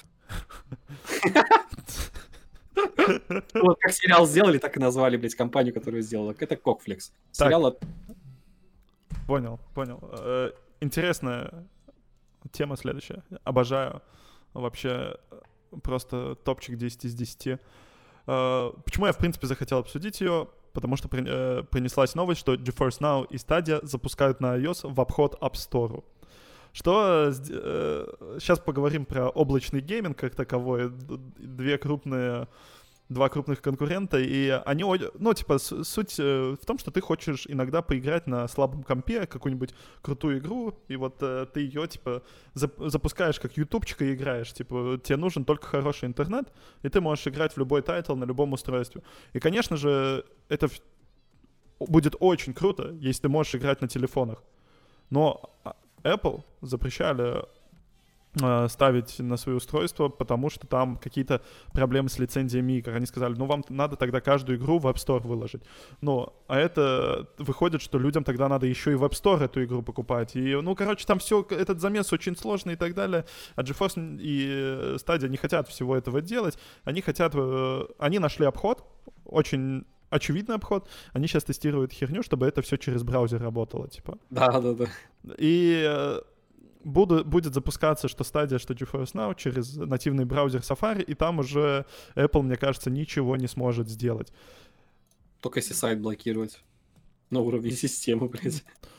Вот как сериал сделали, так и назвали, блядь, компанию, которую сделала. Это Кокфликс. Сериал... Понял. Интересная тема следующая. Обожаю. Вообще просто топчик 10 из 10. Почему я, в принципе, захотел обсудить ее? Потому что принеслась новость, что GeForce Now и Stadia запускают на iOS в обход App Store. Что сейчас поговорим про облачный гейминг как таковой. Два крупных конкурента, и они, ну, типа, суть в том, что ты хочешь иногда поиграть на слабом компе какую-нибудь крутую игру, и вот ты ее, типа, запускаешь как ютубчик и играешь, типа, тебе нужен только хороший интернет, и ты можешь играть в любой тайтл на любом устройстве. И, конечно же, это будет очень круто, если ты можешь играть на телефонах. Но Apple запрещали ставить на свои устройства, потому что там какие-то проблемы с лицензиями игр. Они сказали, ну вам надо тогда каждую игру в App Store выложить. Ну, а это выходит, что людям тогда надо еще и в App Store эту игру покупать. И, ну, короче, там все, этот замес очень сложный и так далее. А GeForce и Stadia не хотят всего этого делать. Они нашли обход, очень очевидный обход. Они сейчас тестируют херню, чтобы это все через браузер работало, типа. Да. И будет запускаться что Stadia, что GeForce Now через нативный браузер Safari, и там уже Apple, мне кажется, ничего не сможет сделать. Только если сайт блокировать на уровне системы, блядь.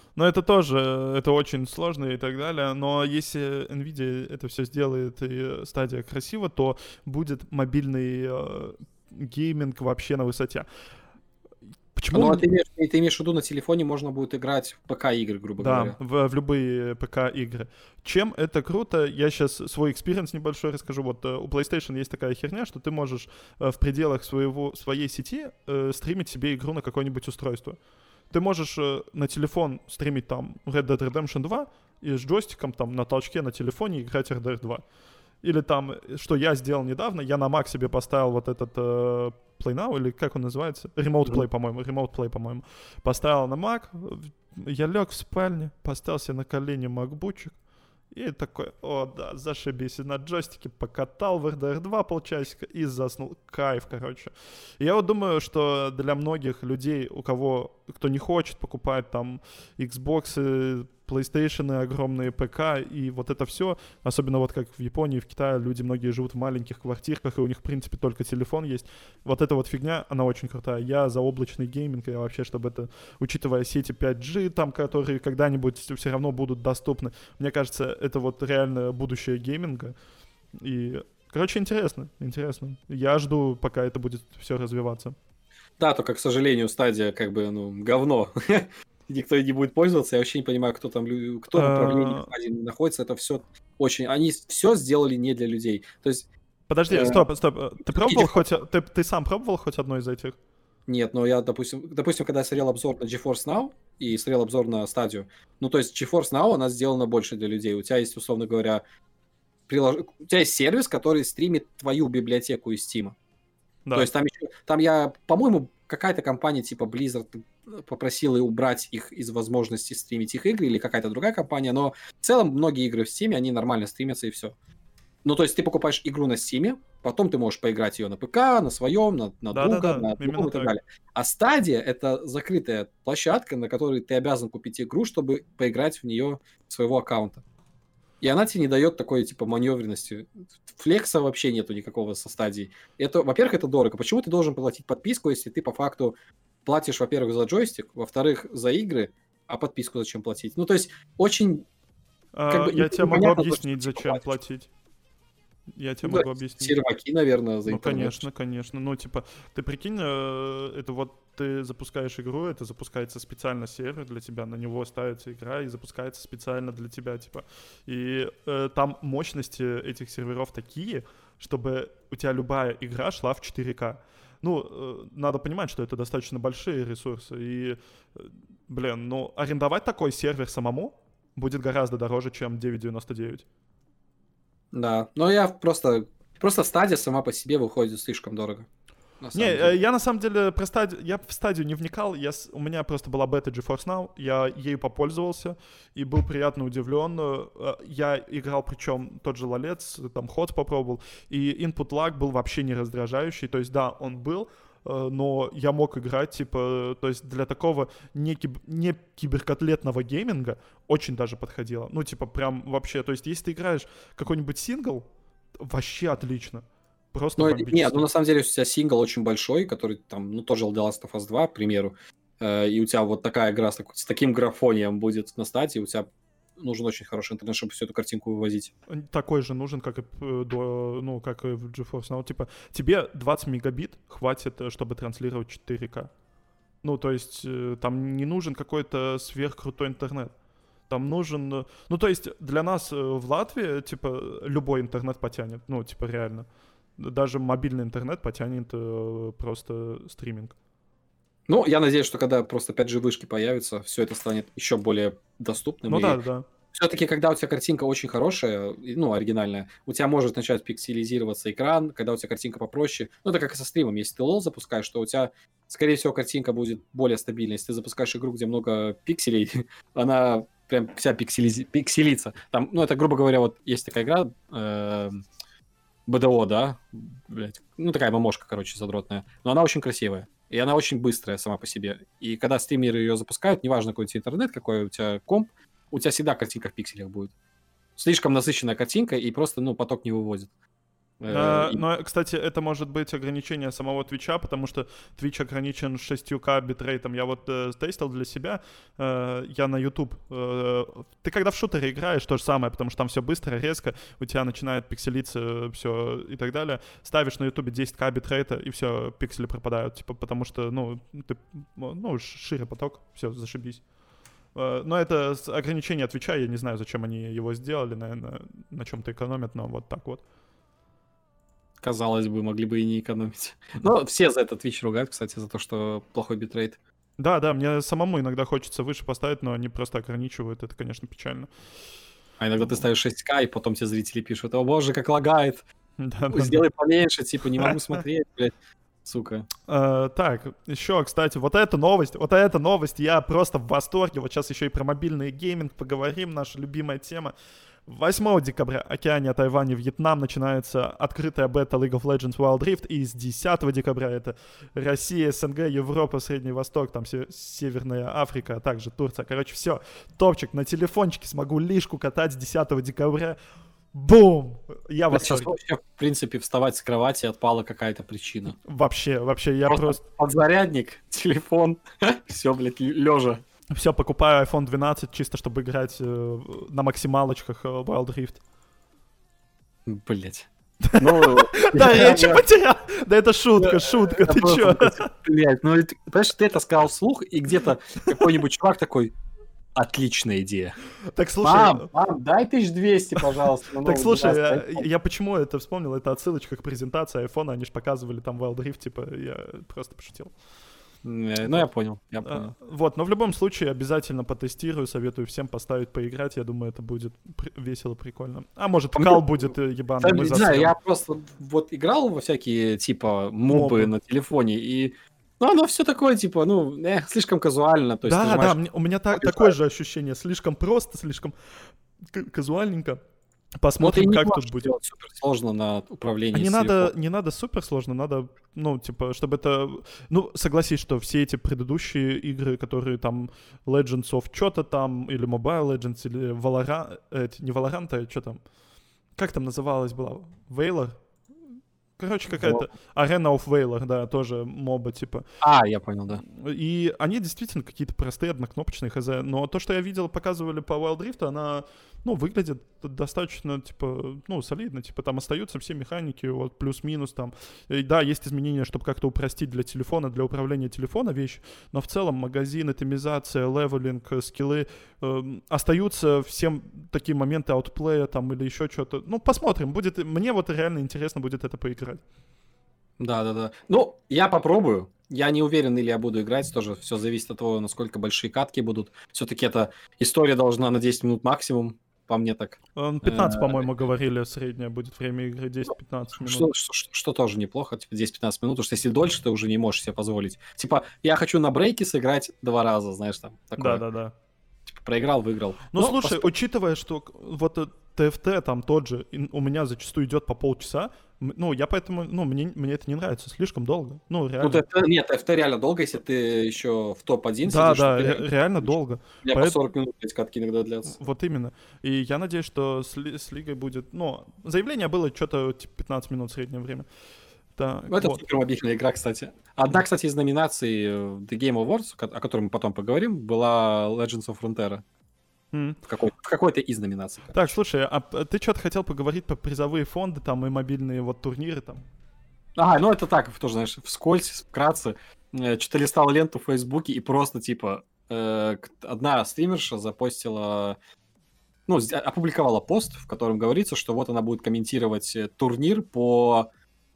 Но это тоже, это очень сложно и так далее. Но если NVIDIA это все сделает и стадия красиво, то будет мобильный гейминг вообще на высоте. Почему? Ну, а ты имеешь в виду, на телефоне можно будет играть в ПК-игры, грубо Да, говоря. в любые ПК-игры. Чем это круто? Я сейчас свой экспириенс небольшой расскажу. Вот у PlayStation есть такая херня, что ты можешь в пределах своей сети стримить себе игру на какое-нибудь устройство. Ты можешь на телефон стримить там Red Dead Redemption 2 и с джойстиком там на толчке на телефоне играть RDR 2. Или там, что я сделал недавно, я на Mac себе поставил вот этот Play Now, или как он называется? Remote Play, по-моему. Поставил на Mac, я лег в спальне, поставил себе на колени макбучик, и такой, о да, зашибись, и на джойстике покатал в RDR 2 полчасика и заснул. Кайф, короче. Я вот думаю, что для многих людей, кто не хочет покупать там Xbox, PlayStation, огромные ПК и вот это все, особенно вот как в Японии, в Китае, люди многие живут в маленьких квартирках, и у них, в принципе, только телефон есть. Вот эта вот фигня, она очень крутая. Я за облачный гейминг, и вообще, чтобы это, учитывая сети 5G, там, которые когда-нибудь все равно будут доступны, мне кажется, это вот реально будущее гейминга. И, короче, интересно. Я жду, пока это будет все развиваться. Да, только, к сожалению, стадия как бы, говно. Никто не будет пользоваться. Я вообще не понимаю, кто в управлении стадии находится. Это все очень... Они все сделали не для людей. То есть... Подожди, стоп. Ты пробовал ты сам пробовал хоть одно из этих? Нет, но я, допустим, когда я смотрел обзор на GeForce Now и смотрел обзор на стадию, ну, то есть GeForce Now, она сделана больше для людей. У тебя есть, условно говоря, у тебя есть сервис, который стримит твою библиотеку из Steam. Да. То есть там я, по-моему, какая-то компания типа Blizzard попросила убрать их из возможности стримить их игры, или какая-то другая компания, но в целом многие игры в Steam, они нормально стримятся и все. Ну, то есть ты покупаешь игру на Steam, потом ты можешь поиграть ее на ПК, на своем, на друга, на другого и так далее. А стадия — это закрытая площадка, на которой ты обязан купить игру, чтобы поиграть в нее своего аккаунта. И она тебе не дает такой, типа, маневренности. Флекса вообще нету никакого со стадией. Это, во-первых, это дорого. Почему ты должен платить подписку, если ты по факту платишь, во-первых, за джойстик, во-вторых, за игры, а подписку зачем платить? Ну, то есть, очень... я тебе могу объяснить, зачем платить. Я тебе могу объяснить. Серваки, наверное, за интернет. Конечно. Ну, типа, ты прикинь, это вот ты запускаешь игру, это запускается специально сервер для тебя, на него ставится игра и запускается специально для тебя, типа. И там мощности этих серверов такие, чтобы у тебя любая игра шла в 4К. Ну, надо понимать, что это достаточно большие ресурсы. И, арендовать такой сервер самому будет гораздо дороже, чем 9,99. Да, но я просто стадия сама по себе выходит слишком дорого. Я на самом деле я в стадию не вникал, у меня просто была бета GeForce Now, я ею попользовался и был приятно удивлен. Я играл, причем тот же лолец, там ход попробовал, и input lag был вообще не раздражающий, то есть да, он был, но я мог играть, типа, то есть для такого не киберкотлетного гейминга очень даже подходило. Ну, типа, прям вообще, то есть если ты играешь какой-нибудь сингл, вообще отлично. Просто нет, на самом деле у тебя сингл очень большой, который там, тоже The Last of Us 2, к примеру, и у тебя вот такая игра с таким графонием будет на стадии, у тебя нужен очень хороший интернет, чтобы всю эту картинку вывозить. Такой же нужен, как и как и в GeForce Now. Типа, тебе 20 мегабит хватит, чтобы транслировать 4К. Ну, то есть, там не нужен какой-то сверхкрутой интернет. Там нужен... Ну, то есть, для нас в Латвии, типа, любой интернет потянет. Ну, типа, реально. Даже мобильный интернет потянет просто стриминг. Ну, я надеюсь, что когда просто 5G вышки появятся, все это станет еще более доступным. Ну да. Все-таки, когда у тебя картинка очень хорошая, оригинальная, у тебя может начать пикселизироваться экран, когда у тебя картинка попроще. Ну, это как и со стримом. Если ты лол запускаешь, то у тебя, скорее всего, картинка будет более стабильной. Если ты запускаешь игру, где много пикселей, она прям вся пикселится. Там, это, грубо говоря, вот есть такая игра... БДО, да? Блять. Такая мамошка, короче, задротная. Но она очень красивая. И она очень быстрая сама по себе. И когда стримеры ее запускают, неважно, какой у тебя интернет, какой у тебя комп, у тебя всегда картинка в пикселях будет. Слишком насыщенная картинка, и просто, поток не выводит. Но, кстати, это может быть ограничение самого Твича, потому что Twitch ограничен 6К битрейтом. Я вот тестил для себя, я на YouTube. Ты когда в шутере играешь, то же самое, потому что там все быстро, резко, у тебя начинает пикселиться все и так далее. Ставишь на YouTube 10К битрейта, и все, пиксели пропадают, типа, потому что, шире поток, все, зашибись. Но это ограничение Твича, я не знаю, зачем они его сделали, наверное, на чем-то экономят, но вот так вот. Казалось бы, могли бы и не экономить. Но все за это Twitch ругают, кстати, за то, что плохой битрейт. Да, мне самому иногда хочется выше поставить, но они просто ограничивают, это, конечно, печально. А иногда ты ставишь 6К, и потом тебе зрители пишут: о боже, как лагает. Сделай поменьше, типа, не могу смотреть, блядь. Сука. Так, еще, кстати, вот эта новость, я просто в восторге. Вот сейчас еще и про мобильный гейминг поговорим, наша любимая тема. 8 декабря Океания, Тайвань и Вьетнам начинается открытая бета League of Legends Wild Rift, и с 10 декабря это Россия, СНГ, Европа, Средний Восток, там Северная Африка, а также Турция. Короче, все, топчик, на телефончике смогу лишку катать с 10 декабря. Бум! Я в Сейчас вообще, в принципе, вставать с кровати отпала какая-то причина. Вообще, я просто... Подзарядник, телефон, все, блядь, лежа. Все, покупаю iPhone 12 чисто, чтобы играть на максималочках Wild Rift. Блять. Да, речи потерял. Да это шутка, ты чё? Блять, понимаешь, ты это сказал вслух, и где-то какой-нибудь чувак такой: отличная идея. Так, слушай... Мам, дай 1200, пожалуйста. Так, слушай, я почему это вспомнил? Это отсылочка к презентации айфона, они же показывали там Wild Rift, типа, я просто пошутил. Ну, я понял. Вот, но в любом случае обязательно потестирую, советую всем поставить, поиграть. Я думаю, это будет весело, прикольно. А может, кал будет ебаный. Не знаю, я просто вот играл во всякие, типа, мобы на телефоне, и... Ну, оно все такое, типа, слишком казуально. То есть, да, у меня такое же ощущение. Слишком просто, слишком казуальненько. Посмотрим, как тут будет. Супер сложно на управлении. Не надо супер сложно, надо, чтобы это... согласись, что все эти предыдущие игры, которые там Legends of что-то там, или Mobile Legends, или Valorant, не Valorant, а что там? Как там называлась была? Valor? Короче, какая-то Arena of Valor, да, тоже моба, типа. Я понял, да. И они действительно какие-то простые, однокнопочные хз. Но то, что я видел, показывали по Wild Rift, она, выглядит достаточно, типа, солидно. Типа, там остаются все механики, вот, плюс-минус там. И, да, есть изменения, чтобы как-то упростить для телефона, для управления телефона вещь. Но в целом магазин, атомизация, левелинг, скиллы остаются всем такие моменты аутплея там или еще что-то. Посмотрим. Мне вот реально интересно будет это поиграть. Да. Я попробую. Я не уверен, или я буду играть. Тоже все зависит от того, насколько большие катки будут. Все-таки эта история должна на 10 минут максимум, по мне так. 15, по-моему, говорили, среднее будет время игры 10-15 минут. Что тоже неплохо, типа 10-15 минут, потому что если дольше, ты уже не можешь себе позволить. Типа, я хочу на брейке сыграть 2 раза, знаешь, там. Такое. Да. Типа, проиграл, выиграл. Слушай, учитывая, что вот ТФТ там тот же, у меня зачастую идет по полчаса, я поэтому, мне это не нравится, слишком долго, реально. ТФТ реально долго, если ты еще в топ-1 сидишь. Да, реально долго. У меня по 40 минут эти катки иногда длятся. Вот именно. И я надеюсь, что с Лигой будет, заявление было что-то типа 15 минут среднее время. Это супермобильная игра, кстати. Одна, кстати, из номинаций The Game Awards, о которой мы потом поговорим, была Legends of Frontera. В какой-то из номинаций. Так, слушай, а ты что-то хотел поговорить по призовые фонды там и мобильные вот турниры там? Это так, тоже, знаешь, вскользь, вкратце. Что-то листал ленту в Фейсбуке, и просто, типа, одна стримерша запостила... опубликовала пост, в котором говорится, что вот она будет комментировать турнир по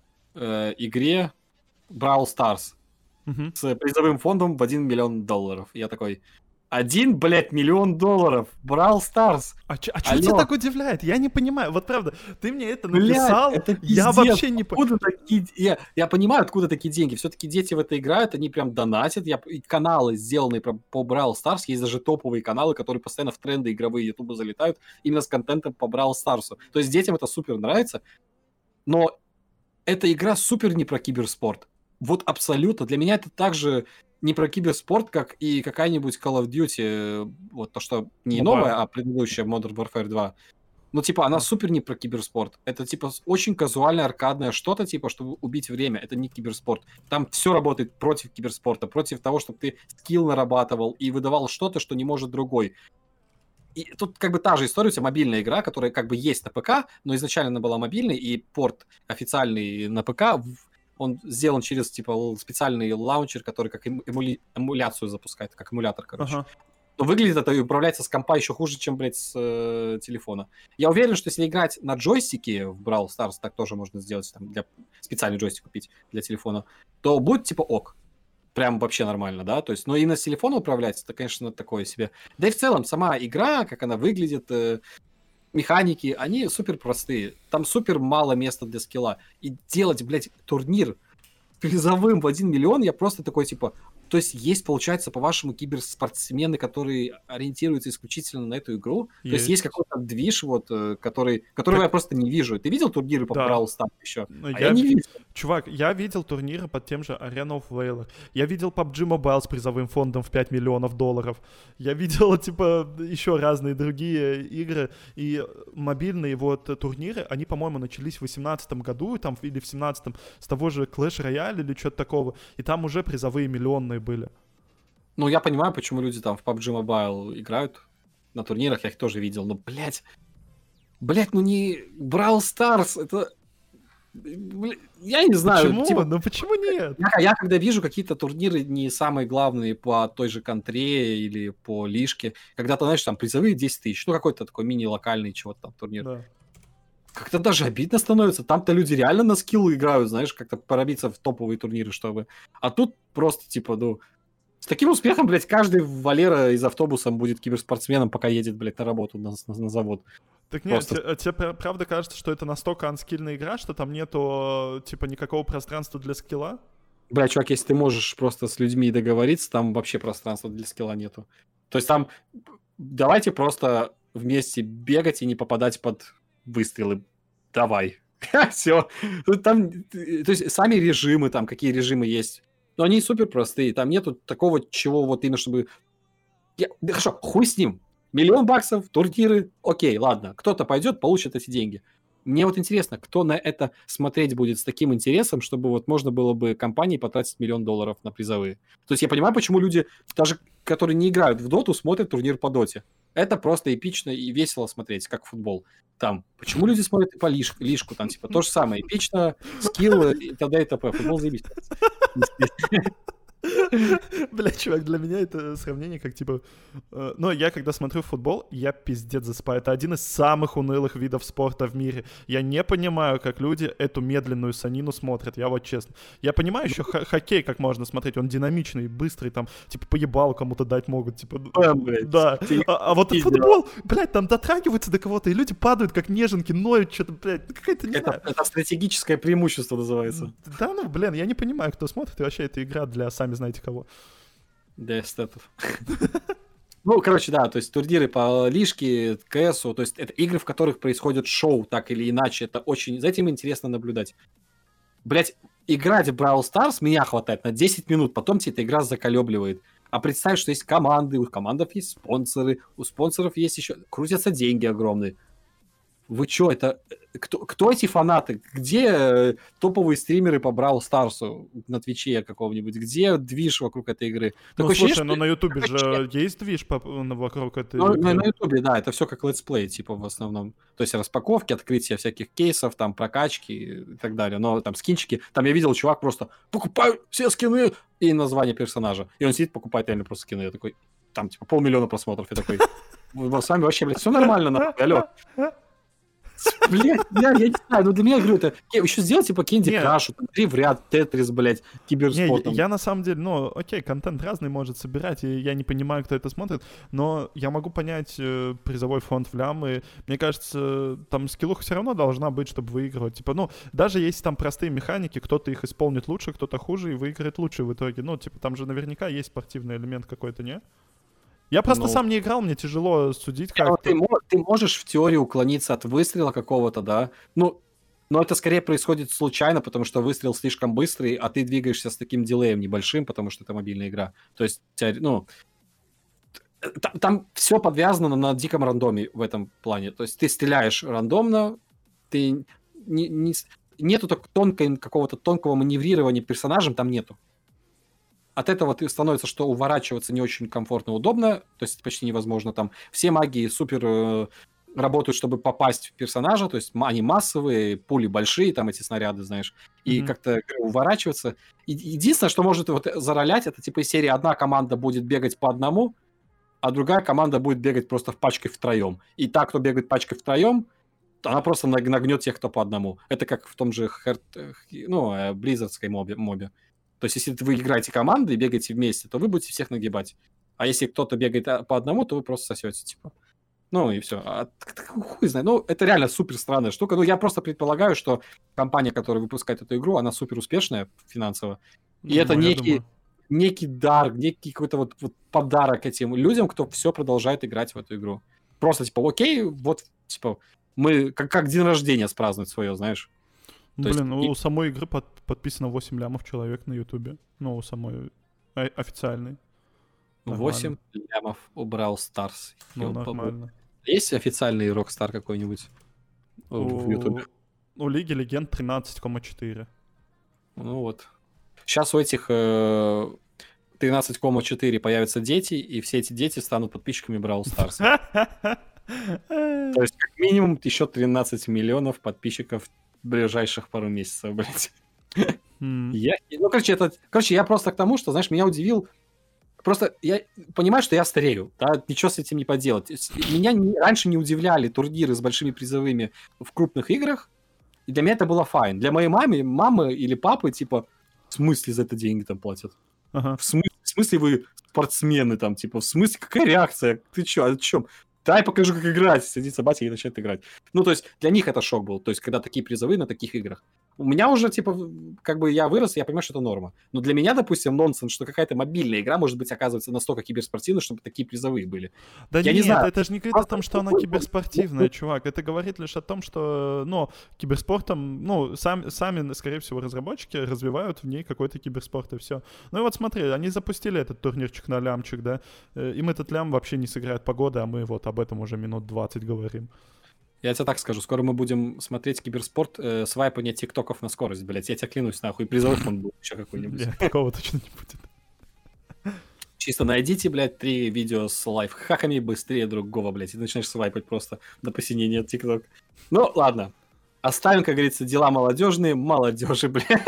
игре Brawl Stars с призовым фондом в $1 миллион. Я такой... 1, миллион $1. Brawl Stars. А что тебя так удивляет? Я не понимаю. Вот правда, ты мне это написал, я вообще не понимаю. Я понимаю, откуда такие деньги. Все-таки дети в это играют, они прям донатят. Каналы, сделанные по Brawl Stars, есть даже топовые каналы, которые постоянно в тренды игровые Ютуба залетают именно с контентом по Brawl Stars. То есть детям это супер нравится, но эта игра супер не про киберспорт. Вот абсолютно. Для меня это также не про киберспорт, как и какая-нибудь Call of Duty, вот то, что не новая, а предыдущая Modern Warfare 2. Ну, типа, она супер не про киберспорт. Это, типа, очень казуальное, аркадное что-то, типа, чтобы убить время. Это не киберспорт. Там все работает против киберспорта, против того, чтобы ты скилл нарабатывал и выдавал что-то, что не может другой. И тут как бы та же история, у тебя мобильная игра, которая как бы есть на ПК, но изначально она была мобильной, и порт официальный на ПК, он сделан через, типа, специальный лаунчер, который как эмуляцию запускает, как эмулятор, короче. Ага. Но выглядит это и управляется с компа еще хуже, чем, блядь, с телефона. Я уверен, что если играть на джойстике в Brawl Stars, так тоже можно сделать, там, специальный джойстик купить для телефона, то будет, типа, ок. Прям вообще нормально, да? То есть, но именно с телефона управлять, это, конечно, такое себе. Да и в целом, сама игра, как она выглядит, механики, они супер простые. Там супер мало места для скилла. И делать, блядь, турнир призовым в 1 миллион, я просто такой, типа... То есть, получается, по-вашему, киберспортсмены, которые ориентируются исключительно на эту игру? То есть, есть какой-то движ, вот, которого я просто не вижу. Ты видел турниры по Brawl Stars еще? Я не видел. Чувак, я видел турниры под тем же Arena of Valor. Я видел PUBG Mobile с призовым фондом в $5 миллионов. Я видел, типа, еще разные другие игры. И мобильные вот турниры, они, по-моему, начались в 2018 году, там, или в 2017 с того же Clash Royale или что-то такого. И там уже призовые миллионные были. Ну, я понимаю, почему люди там в PUBG Mobile играют на турнирах, я их тоже видел, но, блядь, ну не Brawl Stars, это... Я не знаю. Почему? Типа, ну почему нет? Я когда вижу какие-то турниры не самые главные по той же контре или по лишке, когда ты, знаешь, там призовые 10 тысяч, ну какой-то такой мини-локальный чего-то там турнир. Да. Как-то даже обидно становится. Там-то люди реально на скиллы играют, знаешь, как-то пробиться в топовые турниры, чтобы... А тут просто, типа, ну... С таким успехом, блядь, каждый Валера из автобуса будет киберспортсменом, пока едет, блядь, на работу, на завод. Так нет, тебе правда кажется, что это настолько анскильная игра, что там нету, типа, никакого пространства для скилла? Бля, чувак, если ты можешь просто с людьми договориться, там вообще пространства для скилла нету. То есть там давайте просто вместе бегать и не попадать под выстрелы. Давай. Все. Там, то есть сами режимы, там, какие режимы есть, но они супер простые. Там нету такого, чего вот именно, чтобы... Да хорошо, хуй с ним. $1 миллион, турниры, окей, ладно. Кто-то пойдет, получит эти деньги. Мне вот интересно, кто на это смотреть будет с таким интересом, чтобы вот можно было бы компании потратить $1 миллион на призовые. То есть я понимаю, почему люди, даже которые не играют в доту, смотрят турнир по доте. Это просто эпично и весело смотреть, как футбол. Там, почему люди смотрят и по лишку, там, типа, то же самое, эпично, скилл и т.д. и т.п. Футбол заебись. Бля, чувак, для меня это сравнение как, типа... Но я, когда смотрю футбол, я пиздец засыпаю. Это один из самых унылых видов спорта в мире. Я не понимаю, как люди эту медленную санину смотрят, я вот честно. Я понимаю еще хоккей, как можно смотреть. Он динамичный, быстрый, там, типа, поебал кому-то дать могут, типа... Да. А вот футбол, блядь, там дотрагиваются до кого-то, и люди падают, как неженки, ноют, что-то, блядь, какая-то, не знаю. Это стратегическое преимущество называется. Да, ну, блин, я не понимаю, кто смотрит, и вообще эта игра для сами знаете кого. Для эстетов. Ну, короче, да, то есть турниры по лишке, КСу, то есть это игры, в которых происходит шоу, так или иначе, это очень... За этим интересно наблюдать. Блять, играть в Brawl Stars меня хватает на 10 минут, потом тебе эта игра заколебливает. А представь, что есть команды, у командов есть спонсоры, у спонсоров есть еще... Крутятся деньги огромные. Вы чё, это... Кто эти фанаты? Где топовые стримеры по Brawl Stars на Твиче какого-нибудь? Где движ вокруг этой игры? Ну, такое слушай, но на Ютубе же есть движ вокруг этой игры? На Ютубе, да, это все как летсплей, типа, в основном. То есть распаковки, открытие всяких кейсов, там, прокачки и так далее. Но там скинчики. Там я видел, чувак просто покупаю все скины и название персонажа. И он сидит, покупает реально просто скины. Я такой, там, типа, 500 000 просмотров. Я такой, с вами вообще, блядь, все нормально, нахуй, алло. Блять, я не знаю, ну для меня, говорю, это еще сделать типа Candy Crush, 3 в ряд, Тетрис, блять, киберспортом. Я на самом деле, ну, окей, контент разный может собирать, и я не понимаю, кто это смотрит, но я могу понять призовой фонд в лям, и мне кажется, там скиллуха все равно должна быть, чтобы выигрывать. Типа, ну, даже если там простые механики, кто-то их исполнит лучше, кто-то хуже, и выиграет лучше в итоге. Ну, типа, там же наверняка есть спортивный элемент какой-то, не? Я просто сам не играл, мне тяжело судить как-то. Ты можешь в теории уклониться от выстрела какого-то, да? Ну, но это скорее происходит случайно, потому что выстрел слишком быстрый, а ты двигаешься с таким дилеем небольшим, потому что это мобильная игра. То есть, ну, Там все подвязано на диком рандоме в этом плане. То есть ты стреляешь рандомно, ты нету какого-то тонкого маневрирования персонажем, там нету. От этого становится, что уворачиваться не очень комфортно и удобно, то есть почти невозможно. Там все магии супер работают, чтобы попасть в персонажа, то есть они массовые, пули большие, там эти снаряды, знаешь, и как-то уворачиваться. Единственное, что может вот заролять, это типа из серии одна команда будет бегать по одному, а другая команда будет бегать просто в пачке втроем. И та, кто бегает пачкой втроем, она просто нагнет тех, кто по одному. Это как в том же Blizzardской мобе. То есть, если вы играете командой и бегаете вместе, то вы будете всех нагибать. А если кто-то бегает по одному, то вы просто сосете, типа. Ну и все. Хуй знает. Ну, это реально супер странная штука. Ну, я просто предполагаю, что компания, которая выпускает эту игру, она супер успешная финансово. И это некий дар, некий какой-то вот подарок этим людям, кто все продолжает играть в эту игру. Просто, типа, окей, вот, типа, мы как день рождения спраздновать свое, знаешь. Блин, у самой игры подписано 8 лямов человек на Ютубе. Ну, у самой официальной. 8 лямов у Brawl Stars. Ну, нормально. Есть официальный Rockstar какой-нибудь в Ютубе? У Лиги Легенд 13,4. Ну вот. Сейчас у этих 13,4 появятся дети, и все эти дети станут подписчиками Brawl Stars. То есть, как минимум, еще 13 миллионов подписчиков в ближайших пару месяцев, блядь. Я просто к тому, что, знаешь, меня удивил. Просто я понимаю, что я старею, да, ничего с этим не поделать. Меня раньше не удивляли турниры с большими призовыми в крупных играх, и для меня это было файн. Для моей мамы или папы, типа, в смысле за это деньги там платят? В смысле вы спортсмены там, типа, в смысле, какая реакция? Ты чё, о чем? Дай покажу, как играть. Садится батя и начинает играть. Ну, то есть, для них это шок был. То есть, когда такие призовые на таких играх. У меня уже, типа, как бы я вырос, я понимаю, что это норма. Но для меня, допустим, нонсенс, что какая-то мобильная игра может быть, оказывается, настолько киберспортивной, чтобы такие призовые были. Да я не знаю. Это же не говорит о том, что она киберспортивная, чувак. Это говорит лишь о том, что, ну, киберспортом, ну, сами, скорее всего, разработчики развивают в ней какой-то киберспорт, и все. Ну и вот смотри, они запустили этот турнирчик на лямчик, да, им этот лям вообще не сыграет погода, а мы вот об этом уже минут 20 говорим. Я тебе так скажу, скоро мы будем смотреть киберспорт, свайпание тиктоков на скорость, блядь. Я тебя клянусь, нахуй, призовых он будет еще какой-нибудь. Нет, такого точно не будет. Чисто найдите, блядь, 3 видео с лайфхаками быстрее другого, блядь, и начинаешь свайпать просто до посинения от тикток. Ну, ладно. Оставим, как говорится, дела молодежные, молодежи, блядь.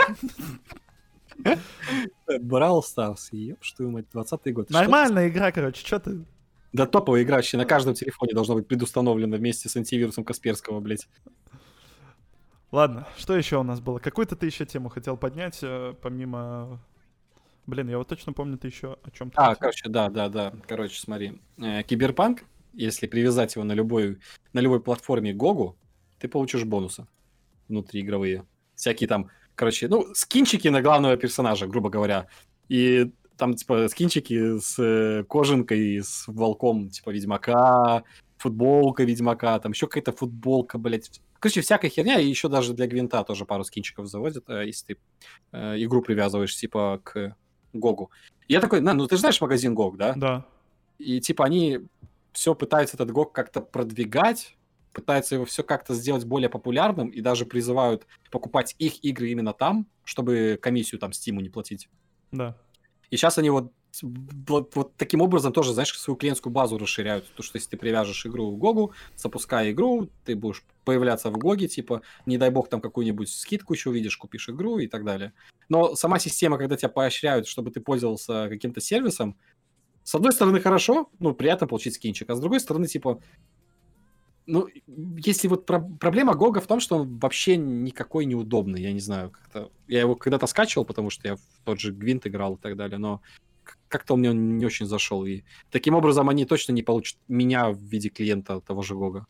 Brawl Stars, ёб твою мать, 20-й год. Нормальная игра, короче, что ты... Да топовая игра вообще на каждом телефоне должна быть предустановлена вместе с антивирусом Касперского, блядь. Ладно, что еще у нас было? Какую-то ты еще тему хотел поднять, помимо... Блин, я вот точно помню, ты еще о чем-то хотел. Короче, да. Короче, смотри. Киберпанк, если привязать его на любой платформе Гогу, ты получишь бонусы внутриигровые. Всякие там, короче, ну, скинчики на главного персонажа, грубо говоря. И... Там, типа, скинчики с кожанкой, с волком, типа, Ведьмака, футболка Ведьмака, там еще какая-то футболка, блядь. Короче, всякая херня, и еще даже для Гвинта тоже пару скинчиков заводят, если ты игру привязываешь, типа, к Гогу. И я такой, ну ты же знаешь магазин Гог, да? Да. И, типа, они все пытаются этот Гог как-то продвигать, пытаются его все как-то сделать более популярным, и даже призывают покупать их игры именно там, чтобы комиссию там Стиму не платить. Да. И сейчас они вот таким образом тоже, знаешь, свою клиентскую базу расширяют. То, что если ты привяжешь игру в Гогу, запуская игру, ты будешь появляться в Гоге, типа, не дай бог там какую-нибудь скидку еще увидишь, купишь игру и так далее. Но сама система, когда тебя поощряют, чтобы ты пользовался каким-то сервисом, с одной стороны хорошо, ну, приятно получить скинчик, а с другой стороны, типа, ну, если вот проблема Гога в том, что он вообще никакой неудобный, я не знаю, как-то... Я его когда-то скачивал, потому что я в тот же Гвинт играл и так далее, но как-то он мне не очень зашел. И таким образом они точно не получат меня в виде клиента того же Гога.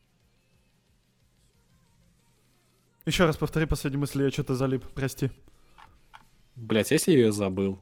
Еще раз повтори последнюю мысль, я что-то залип, прости. Блять, если я ее забыл.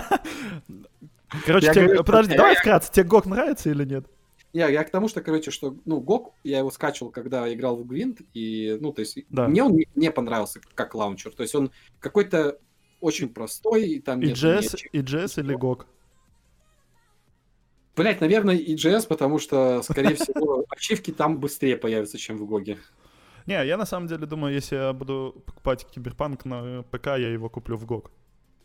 Короче, подожди, давай вкратце, тебе Гог нравится или нет? Я к тому, что, короче, что, ну, Гог, я его скачивал, когда играл в Гвинт, и, ну, то есть, да. Мне он не понравился как лаунчер, то есть он какой-то очень простой, и там и JS или Гог? Блять, наверное, EGS, потому что, скорее всего, ачивки там быстрее появятся, чем в Гоге. Не, я на самом деле думаю, если я буду покупать Киберпанк на ПК, я его куплю в GOG.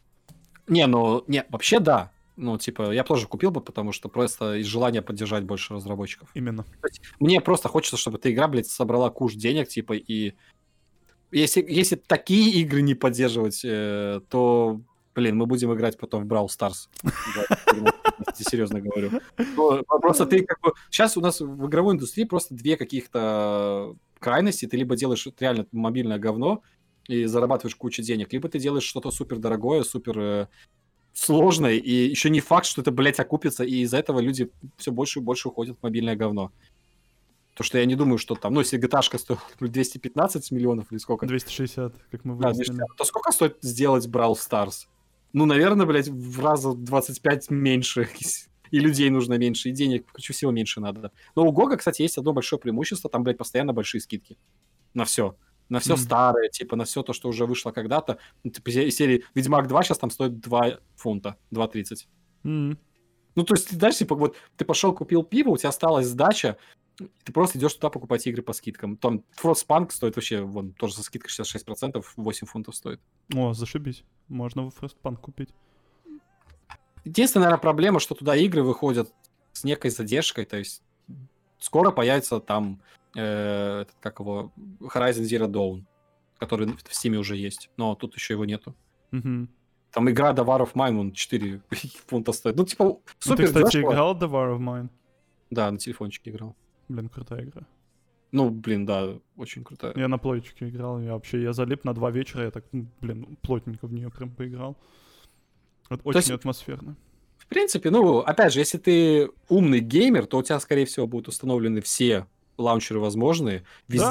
Не, вообще да. Ну, типа, я тоже купил бы, потому что просто из желания поддержать больше разработчиков. Именно. Мне просто хочется, чтобы эта игра, блядь, собрала куш денег, типа, и если такие игры не поддерживать, то, блин, мы будем играть потом в Brawl Stars. Серьезно говорю. Просто ты как бы... Сейчас у нас в игровой индустрии просто две каких-то крайности. Ты либо делаешь реально мобильное говно и зарабатываешь кучу денег, либо ты делаешь что-то супер дорогое, супер сложное, и еще не факт, что это, блядь, окупится, и из-за этого люди все больше и больше уходят в мобильное говно. То, что я не думаю, что там... Ну, если GTA-шка стоит 215 миллионов или сколько... 260, как мы Да, выяснили. то сколько стоит сделать Brawl Stars? Ну, наверное, блядь, в раза 25 меньше. И людей нужно меньше, и денег, кучу всего меньше надо. Но у Гога, кстати, есть одно большое преимущество. Там, блядь, постоянно большие скидки. На все. На все старое, типа, на все то, что уже вышло когда-то. Ну, типа, из серии Ведьмак 2 сейчас там стоит 2 фунта, 2.30. Ну, то есть, ты дальше, типа, вот, ты пошел, купил пиво, у тебя осталась сдача, ты просто идешь туда покупать игры по скидкам. Там Frostpunk стоит вообще, вон, тоже со скидкой 66%, 8 фунтов стоит. О, зашибись. Можно в Frostpunk купить. Единственная, наверное, проблема, что туда игры выходят с некой задержкой, то есть скоро появится там, как его, Horizon Zero Dawn, который в Steam уже есть, но тут еще его нету. Там игра The War of Mine, он 4 фунта стоит. Ну, типа, супер. Ты, кстати, играл The War of Mine? Да, на телефончике играл. Блин, крутая игра. Ну, блин, да, очень крутая. Я на плойчике играл, я залип на 2 вечера, я так, блин, плотненько в нее прям поиграл. Очень атмосферно. В принципе, ну, опять же, если ты умный геймер, то у тебя, скорее всего, будут установлены все лаунчеры возможные.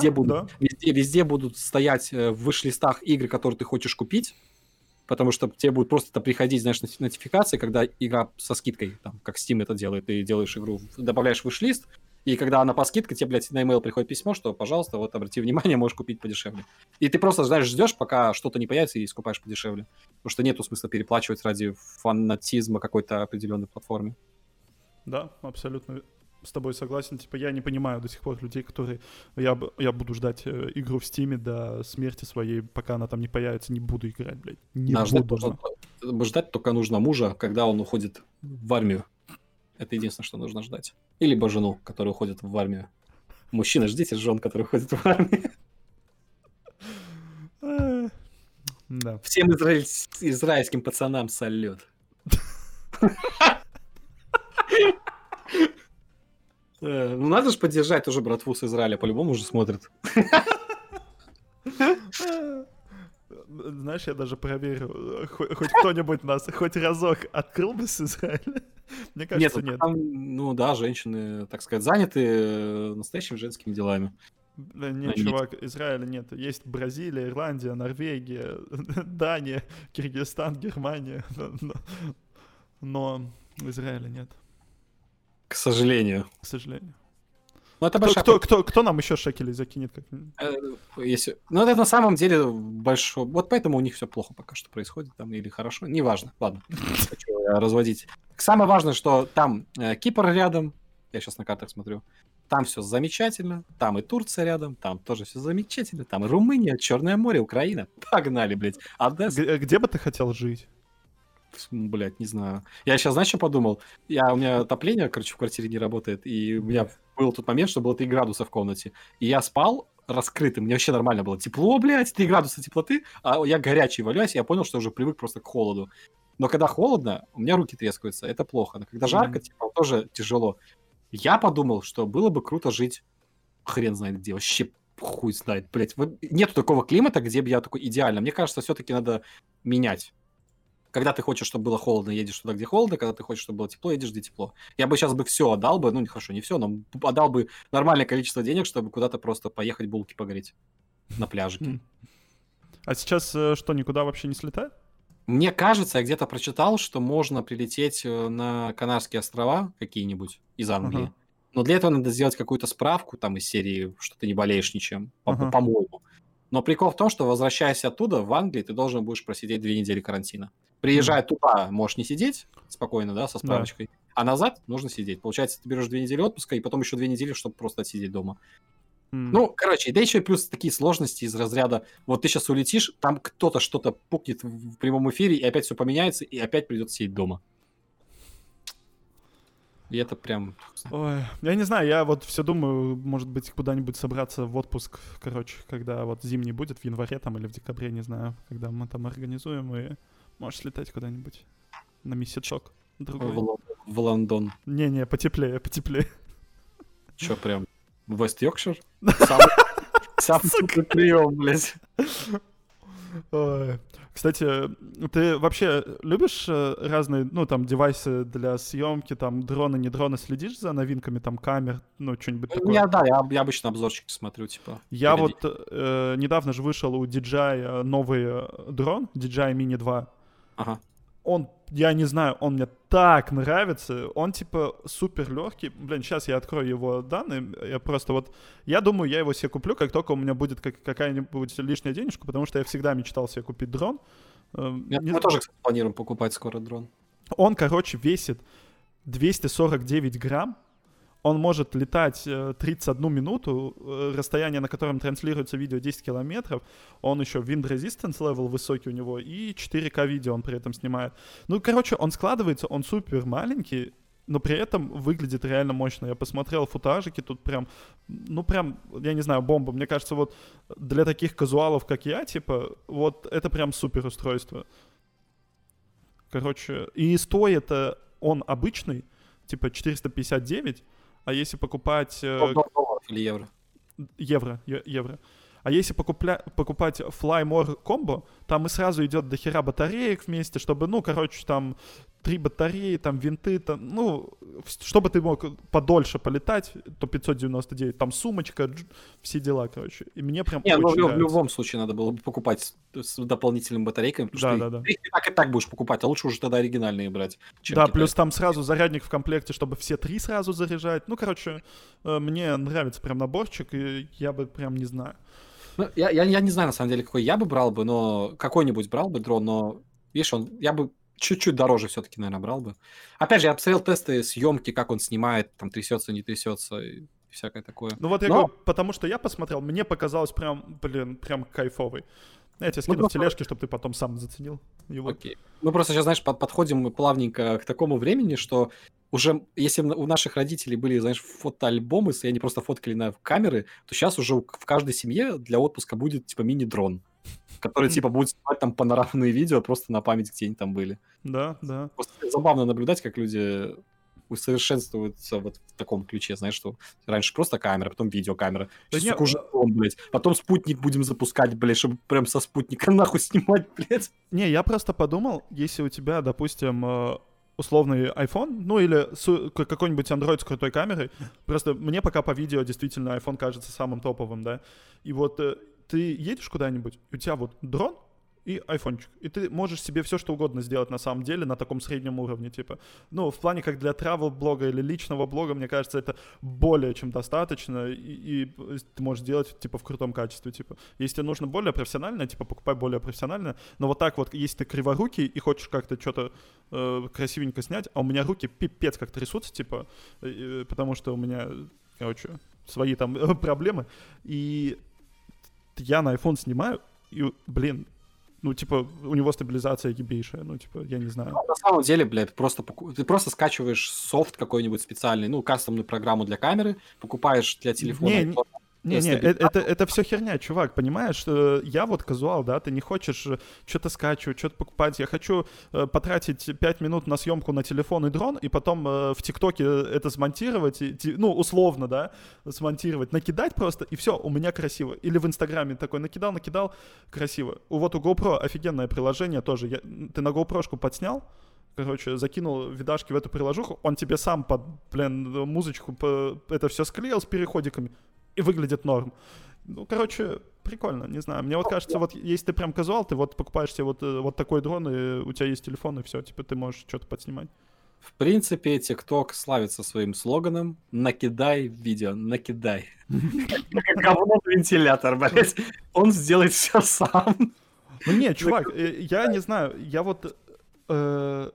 Везде будут стоять в виш-листах игры, которые ты хочешь купить, потому что тебе будет просто приходить, знаешь, нотификации, когда игра со скидкой, там, как Steam это делает, ты делаешь игру, добавляешь в виш-лист, и когда она по скидке, тебе, блядь, на email приходит письмо, что, пожалуйста, вот, обрати внимание, можешь купить подешевле. И ты просто, знаешь, ждешь, пока что-то не появится, и скупаешь подешевле. Потому что нету смысла переплачивать ради фанатизма какой-то определенной платформе. Да, абсолютно с тобой согласен. Типа, я не понимаю до сих пор людей, которые... Я буду ждать игру в Стиме до смерти своей, пока она там не появится, не буду играть, блядь. Не буду. Ждать только нужно мужа, когда он уходит в армию. Это единственное, что нужно ждать. Или либо жену, которая уходит в армию. Мужчины, ждите жен, которые уходят в армию. Да. Всем израильским пацанам салют. Ну, надо же поддержать тоже братву с Израиля, по-любому уже смотрят. Знаешь, я даже проверю, хоть кто-нибудь нас хоть разок открыл бы с Израиля. Мне кажется, нет. Там, ну да, женщины, так сказать, заняты настоящими женскими делами. Нет, чувак, Израиля нет. Есть Бразилия, Ирландия, Норвегия, Дания, Киргизстан, Германия. Но Израиля нет. К сожалению. К сожалению. Ну, это кто нам еще шекелей закинет? Если... Ну, это на самом деле большой... Вот поэтому у них все плохо пока что происходит там, или хорошо. Неважно. Ладно. Хочу разводить. Самое важное, что там Кипр рядом. Я сейчас на картах смотрю. Там все замечательно. Там и Турция рядом. Там тоже все замечательно. Там и Румыния, Черное море, Украина. Погнали, блядь. Где бы ты хотел жить? Блядь, не знаю. Я сейчас, знаешь, что подумал? У меня отопление, короче, в квартире не работает, и у меня был тот момент, что было 3 градуса в комнате, и я спал раскрытым, мне вообще нормально было. Тепло, блядь, 3 градуса теплоты, а я горячий валяюсь, я понял, что уже привык просто к холоду. Но когда холодно, у меня руки трескаются, это плохо. Но когда жарко, типа, тоже тяжело. Я подумал, что было бы круто жить хрен знает где, вообще хуй знает, блядь. Нету такого климата, где бы я такой идеально. Мне кажется, все-таки надо менять. Когда ты хочешь, чтобы было холодно, едешь туда, где холодно. Когда ты хочешь, чтобы было тепло, едешь, где тепло. Я бы сейчас все отдал бы, ну, хорошо, не все, но отдал бы нормальное количество денег, чтобы куда-то просто поехать булки погреть на пляжике. А сейчас что, никуда вообще не слетает? Мне кажется, я где-то прочитал, что можно прилететь на Канарские острова какие-нибудь из Англии. Но для этого надо сделать какую-то справку там из серии, что ты не болеешь ничем, по-моему. Но прикол в том, что, возвращаясь оттуда, в Англии, ты должен будешь просидеть 2 недели карантина. Приезжая туда, можешь не сидеть спокойно, да, со справочкой. А назад нужно сидеть. Получается, ты берешь 2 недели отпуска, и потом еще 2 недели, чтобы просто отсидеть дома. Ну, короче, да еще и плюс такие сложности из разряда, вот ты сейчас улетишь, там кто-то что-то пукнет в прямом эфире, и опять все поменяется, и опять придется сидеть дома. И это прям... Ой, я не знаю, я вот все думаю, может быть, куда-нибудь собраться в отпуск, короче, когда вот зимний будет, в январе там или в декабре, не знаю, когда мы там организуем, и можешь слетать куда-нибудь на месячок другой. В Лондон. Не-не, потеплее. Че, прям в Вест-Йоркшир? Самый прием, блядь. Ой. Кстати, ты вообще любишь разные, ну, там, девайсы для съемки, там, дроны, не дроны, следишь за новинками, там, камер, ну, что-нибудь такое? Я обычно обзорчики смотрю, типа. Я вот недавно же вышел у DJI новый дрон, DJI Mini 2. Ага. Он, я не знаю, он мне так нравится, он типа супер легкий. Блин, сейчас я открою его данные, я просто вот, я думаю, я его себе куплю, как только у меня будет какая-нибудь лишняя денежка, потому что я всегда мечтал себе купить дрон. Мы тоже, кстати, планируем покупать скоро дрон. Он, короче, весит 249 грамм. Он может летать 31 минуту, расстояние, на котором транслируется видео, 10 километров. Он еще wind resistance level высокий у него, и 4К видео он при этом снимает. Ну, короче, он складывается, он супер маленький, но при этом выглядит реально мощно. Я посмотрел футажики, тут прям, ну прям, я не знаю, бомба. Мне кажется, вот для таких казуалов, как я, типа, вот это прям супер устройство. Короче, и стоит он обычный, типа 459, а если покупать... Долларов или евро? Евро. А если покупать Fly More Combo, там и сразу идет дохера батареек вместе, чтобы, ну, короче, там 3 батареи, там винты, там, ну, чтобы ты мог подольше полетать, то 599, там сумочка, все дела, короче. И мне прям очень нравится. В любом случае надо было бы покупать с дополнительными батарейками, потому что ты и так будешь покупать, а лучше уже тогда оригинальные брать. Да, плюс там сразу зарядник в комплекте, чтобы все 3 сразу заряжать. Ну, короче, мне нравится прям наборчик, и я бы прям не знаю. Ну, я не знаю, на самом деле, какой я бы брал бы, но какой-нибудь брал бы дрон, но, видишь, я бы чуть-чуть дороже все-таки, наверное, брал бы. Опять же, я посмотрел тесты съемки, как он снимает, там трясется, не трясется и всякое такое. Ну вот я говорю, потому что я посмотрел, мне показалось прям, прям кайфовый. Я тебе скину в тележке, чтобы ты потом сам заценил его. Окей. Мы просто сейчас, знаешь, подходим плавненько к такому времени, что уже, если у наших родителей были, знаешь, фотоальбомы, и они просто фоткали на камеры, то сейчас уже в каждой семье для отпуска будет, типа, мини-дрон, который, типа, будет снимать там панорамные видео просто на память, где они там были. Да. Просто забавно наблюдать, как люди усовершенствуются вот в таком ключе, знаешь, что раньше просто камера, потом видеокамера, сейчас уже дрон, блядь, потом спутник будем запускать, блядь, чтобы прям со спутника нахуй снимать, блядь. Не, я просто подумал, если у тебя, допустим, условный iPhone, ну или какой-нибудь Android с крутой камерой, просто мне пока по видео действительно iPhone кажется самым топовым, да, и вот ты едешь куда-нибудь, и у тебя вот дрон и айфончик, и ты можешь себе все что угодно сделать на самом деле на таком среднем уровне, типа, ну, в плане как для travel-блога или личного блога, мне кажется, это более чем достаточно, и ты можешь делать, типа, в крутом качестве, типа, если тебе нужно более профессионально, типа, покупай более профессионально, но вот так вот, если ты криворукий и хочешь как-то что-то красивенько снять, а у меня руки пипец как трясутся, типа, потому что у меня, короче, свои там проблемы, и я на iPhone снимаю, и, блин, ну, типа, у него стабилизация ебейшая, ну, типа, я не знаю. На самом деле, блядь, ты просто скачиваешь софт какой-нибудь специальный, ну, кастомную программу для камеры, покупаешь для телефона. Это все херня, чувак, понимаешь? Я вот казуал, да, ты не хочешь что-то скачивать, что-то покупать. Я хочу потратить 5 минут на съемку на телефон и дрон, и потом в ТикТоке это смонтировать, ну, условно, да, смонтировать, накидать просто, и все, у меня красиво. Или в Инстаграме такой накидал, красиво. Вот у GoPro офигенное приложение тоже. Ты на GoPro-шку подснял, короче, закинул видашки в эту приложуху, он тебе сам под, музычку это все склеил с переходиками, и выглядит норм. Ну, короче, прикольно, не знаю. Мне вот кажется, вот если ты прям казуал, ты вот покупаешь себе вот такой дрон, и у тебя есть телефон, и все, типа ты можешь что-то подснимать. В принципе, TikTok славится своим слоганом «Накидай видео, накидай». Как говно вентилятор, блядь. Он сделает все сам. Ну не, чувак, я не знаю, я вот...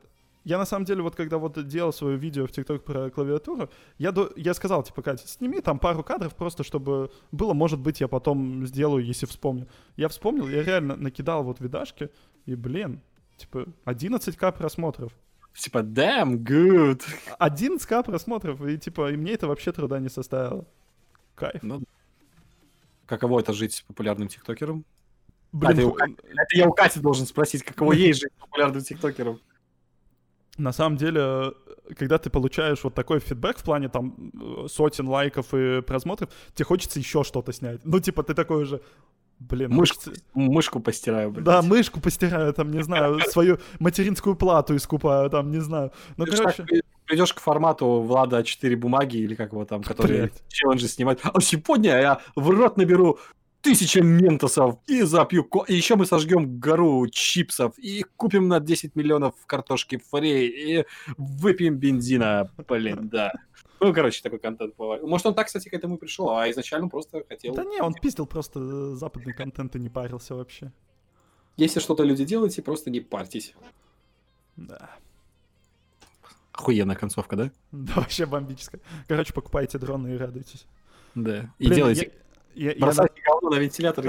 Я на самом деле, вот когда вот делал свое видео в TikTok про клавиатуру, я сказал, типа, Катя, сними там пару кадров просто, чтобы было, может быть, я потом сделаю, если вспомню. Я вспомнил, я реально накидал вот видашки, и, блин, типа, 11К просмотров. Типа, damn good. 11К просмотров, и, типа, и мне это вообще труда не составило. Кайф. Ну, каково это жить с популярным тиктокером? Блин, это я у Кати должен спросить, каково ей жить с популярным тиктокером. На самом деле, когда ты получаешь вот такой фидбэк в плане там сотен лайков и просмотров, тебе хочется еще что-то снять. Ну, типа, ты такой уже, блин... Мышку постираю, блядь. Да, мышку постираю, там, не знаю, свою материнскую плату искупаю, там, не знаю. Ну, короче... Придешь к формату Влада А4 бумаги, или как его там, которые челленджи снимают. А сегодня я в рот наберу 1000 ментосов и запью... И еще мы сожгем гору чипсов и купим на 10 миллионов картошки фри и выпьем бензина. Блин, да. Ну, короче, такой контент бывает. Может, он так, кстати, к этому и пришел, а изначально просто хотел... Да не, он пиздил просто западный контент и не парился вообще. Если что-то люди делаете, просто не парьтесь. Да. Охуенная концовка, да? Да, вообще бомбическая. Короче, покупайте дроны и радуйтесь. Да. И делайте... Бросайте говно на вентилятор.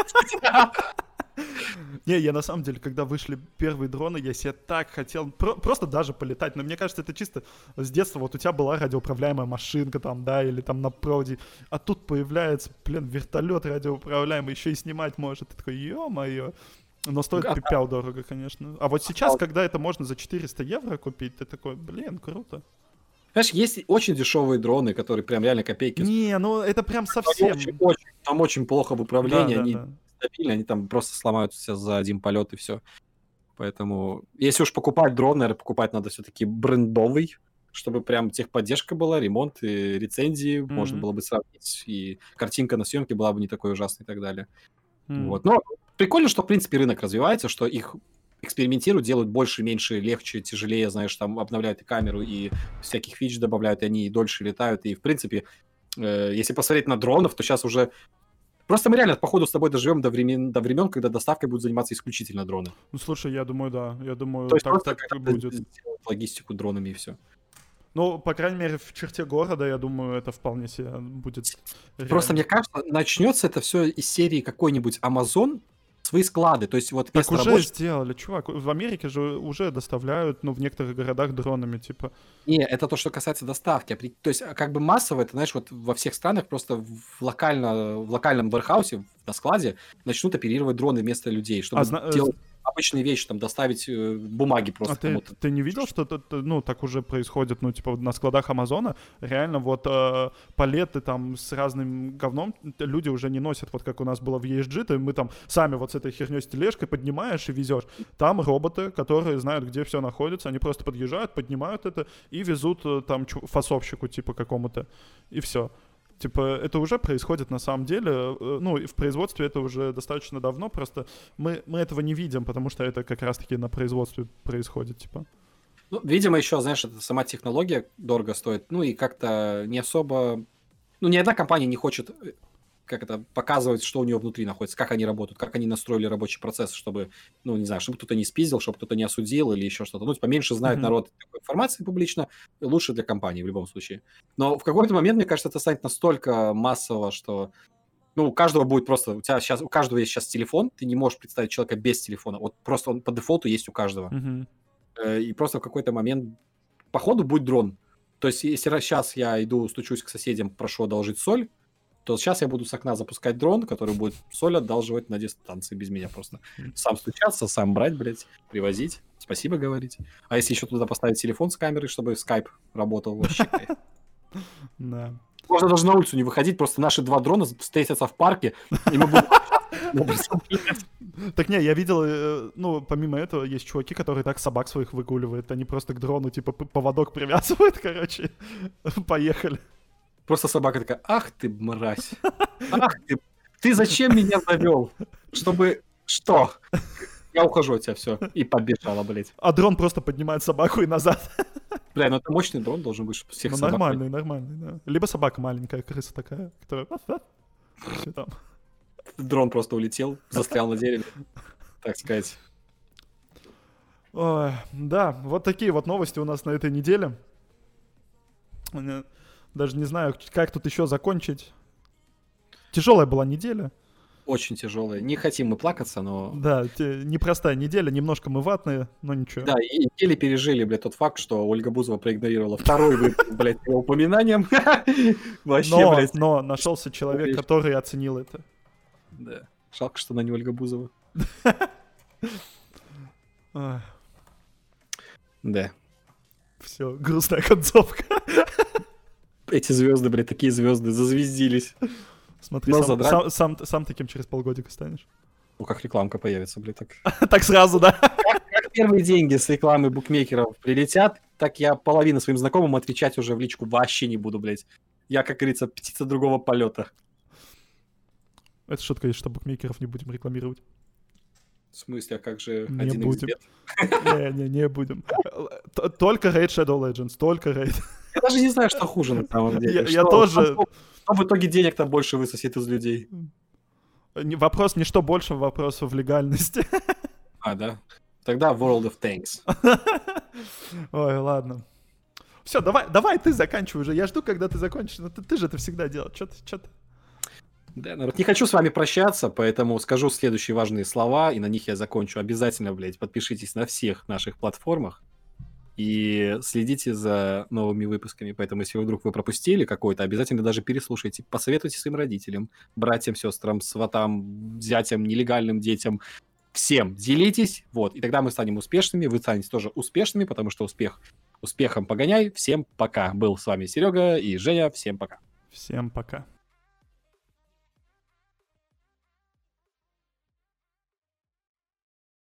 Не, я на самом деле, когда вышли первые дроны, я себе так хотел просто даже полетать. Но мне кажется, это чисто с детства. Вот у тебя была радиоуправляемая машинка там, да, или там на проводе. А тут появляется, блин, вертолет радиоуправляемый, еще и снимать может. Ты такой, ё-моё. Но стоит пипяу дорого, конечно. А вот сейчас, когда это можно за 400 евро купить, ты такой, блин, круто. Знаешь, есть очень дешевые дроны, которые прям реально копейки. Не, ну это прям совсем... Там очень плохо в управлении, да, они да. стабильны, они там просто сломаются все за один полет и все. Поэтому, если уж покупать дрон, наверное, покупать надо все-таки брендовый, чтобы прям техподдержка была, ремонт и рецензии, можно было бы сравнить, и картинка на съемке была бы не такой ужасной и так далее. Вот. Но прикольно, что, в принципе, рынок развивается, что их экспериментируют, делают больше, меньше, легче, тяжелее, знаешь, там обновляют и камеру, и всяких фич добавляют, и они и дольше летают. И, в принципе, если посмотреть на дронов, то сейчас уже... Просто мы реально, походу, с тобой доживем до времен, когда доставкой будут заниматься исключительно дроны. Ну, слушай, я думаю, да. Я думаю, то есть так и будет. Логистику дронами и все. Ну, по крайней мере, в черте города, я думаю, это вполне себе будет реально. Просто, мне кажется, начнется это все из серии какой-нибудь Amazon, свои склады, то есть вот... Так уже сделали, чувак. В Америке же уже доставляют, ну, в некоторых городах дронами, типа. Не, это то, что касается доставки. То есть как бы массово, это, знаешь, вот во всех странах просто в локальном вэрхаусе, на складе начнут оперировать дроны вместо людей, чтобы делать обычные вещи, там, доставить бумаги просто кому-то. Ты не видел, что это, ну, так уже происходит, ну, типа, на складах Амазона реально вот палеты там с разным говном люди уже не носят, вот как у нас было в ESG, то мы там сами вот с этой херней с тележкой поднимаешь и везешь. Там роботы, которые знают, где все находится, они просто подъезжают, поднимают это и везут там фасовщику, типа, какому-то, и все. Типа, это уже происходит на самом деле, ну, и в производстве это уже достаточно давно, просто мы этого не видим, потому что это как раз-таки на производстве происходит, типа. Ну, видимо, еще, знаешь, это сама технология дорого стоит, ну, и как-то не особо... Ну, ни одна компания не хочет, как это, показывать, что у нее внутри находится, как они работают, как они настроили рабочий процесс, чтобы, ну, не знаю, чтобы кто-то не спиздил, чтобы кто-то не осудил или еще что-то. Ну, типа, меньше знает народ такой информации публично, лучше для компании в любом случае. Но в какой-то момент, мне кажется, это станет настолько массово, что, ну, у каждого будет просто... У каждого есть сейчас телефон, ты не можешь представить человека без телефона. Вот просто он по дефолту есть у каждого. И просто в какой-то момент, походу, будет дрон. То есть, если сейчас я иду, стучусь к соседям, прошу одолжить соль, то сейчас я буду с окна запускать дрон, который будет соль одалживать на дистанции без меня просто. Сам стучаться, сам брать, блядь, привозить, спасибо говорить. А если еще туда поставить телефон с камерой, чтобы скайп работал вообще? Да. Можно даже на улицу не выходить, просто наши два дрона встретятся в парке, и мы будем... Так не, я видел, ну, помимо этого, есть чуваки, которые так собак своих выгуливают, они просто к дрону, типа, поводок привязывают, короче, поехали. Просто собака такая, ах ты, мразь, ах ты зачем меня завел? Чтобы что? Я ухожу от тебя, все. И побежала, блядь. А дрон просто поднимает собаку и назад. Бля, ну это мощный дрон должен быть, чтобы всех собак... Нормальный, да. Либо собака маленькая, крыса такая, которая... там. Дрон просто улетел, застрял на дереве, так сказать. Ой, да, вот такие вот новости у нас на этой неделе. Даже не знаю, как тут еще закончить. Тяжелая была неделя. Очень тяжелая. Не хотим мы плакаться, но... Да, непростая неделя, немножко мы ватные, но ничего. Да, и еле пережили, блядь, тот факт, что Ольга Бузова проигнорировала второй выпуск, блядь, с его упоминанием. Вообще, блядь. Но нашелся человек, который оценил это. Да. Жалко, что она не Ольга Бузова. Да. Все, грустная концовка. Эти звезды, блядь, такие звезды, зазвездились. Смотри, сам таким через полгодика станешь. Ну, как рекламка появится, блядь, так. Так сразу, да? Как первые деньги с рекламы букмекеров прилетят, так я половину своим знакомым отвечать уже в личку вообще не буду, блядь. Я, как говорится, птица другого полета. Это шутка есть, что букмекеров не будем рекламировать. В смысле, а как же не 1xbet? Не будем. Только Raid Shadow Legends, только Raid. Я даже не знаю, что хуже на самом деле. Я тоже... Кто в итоге денег-то больше высосет из людей? Вопрос не что больше, вопрос в легальности. А, да? Тогда World of Tanks. Ой, ладно. Все, давай ты заканчивай уже. Я жду, когда ты закончишь. Но ты же это всегда делал. Чё ты? Да, народ, не хочу с вами прощаться, поэтому скажу следующие важные слова, и на них я закончу. Обязательно, блядь, подпишитесь на всех наших платформах и следите за новыми выпусками. Поэтому, если вдруг вы пропустили какой-то, обязательно даже переслушайте, посоветуйте своим родителям, братьям, сестрам, сватам, зятям, нелегальным детям. Всем делитесь, вот, и тогда мы станем успешными, вы станете тоже успешными, потому что успехом погоняй. Всем пока. Был с вами Серега и Женя. Всем пока. Всем пока.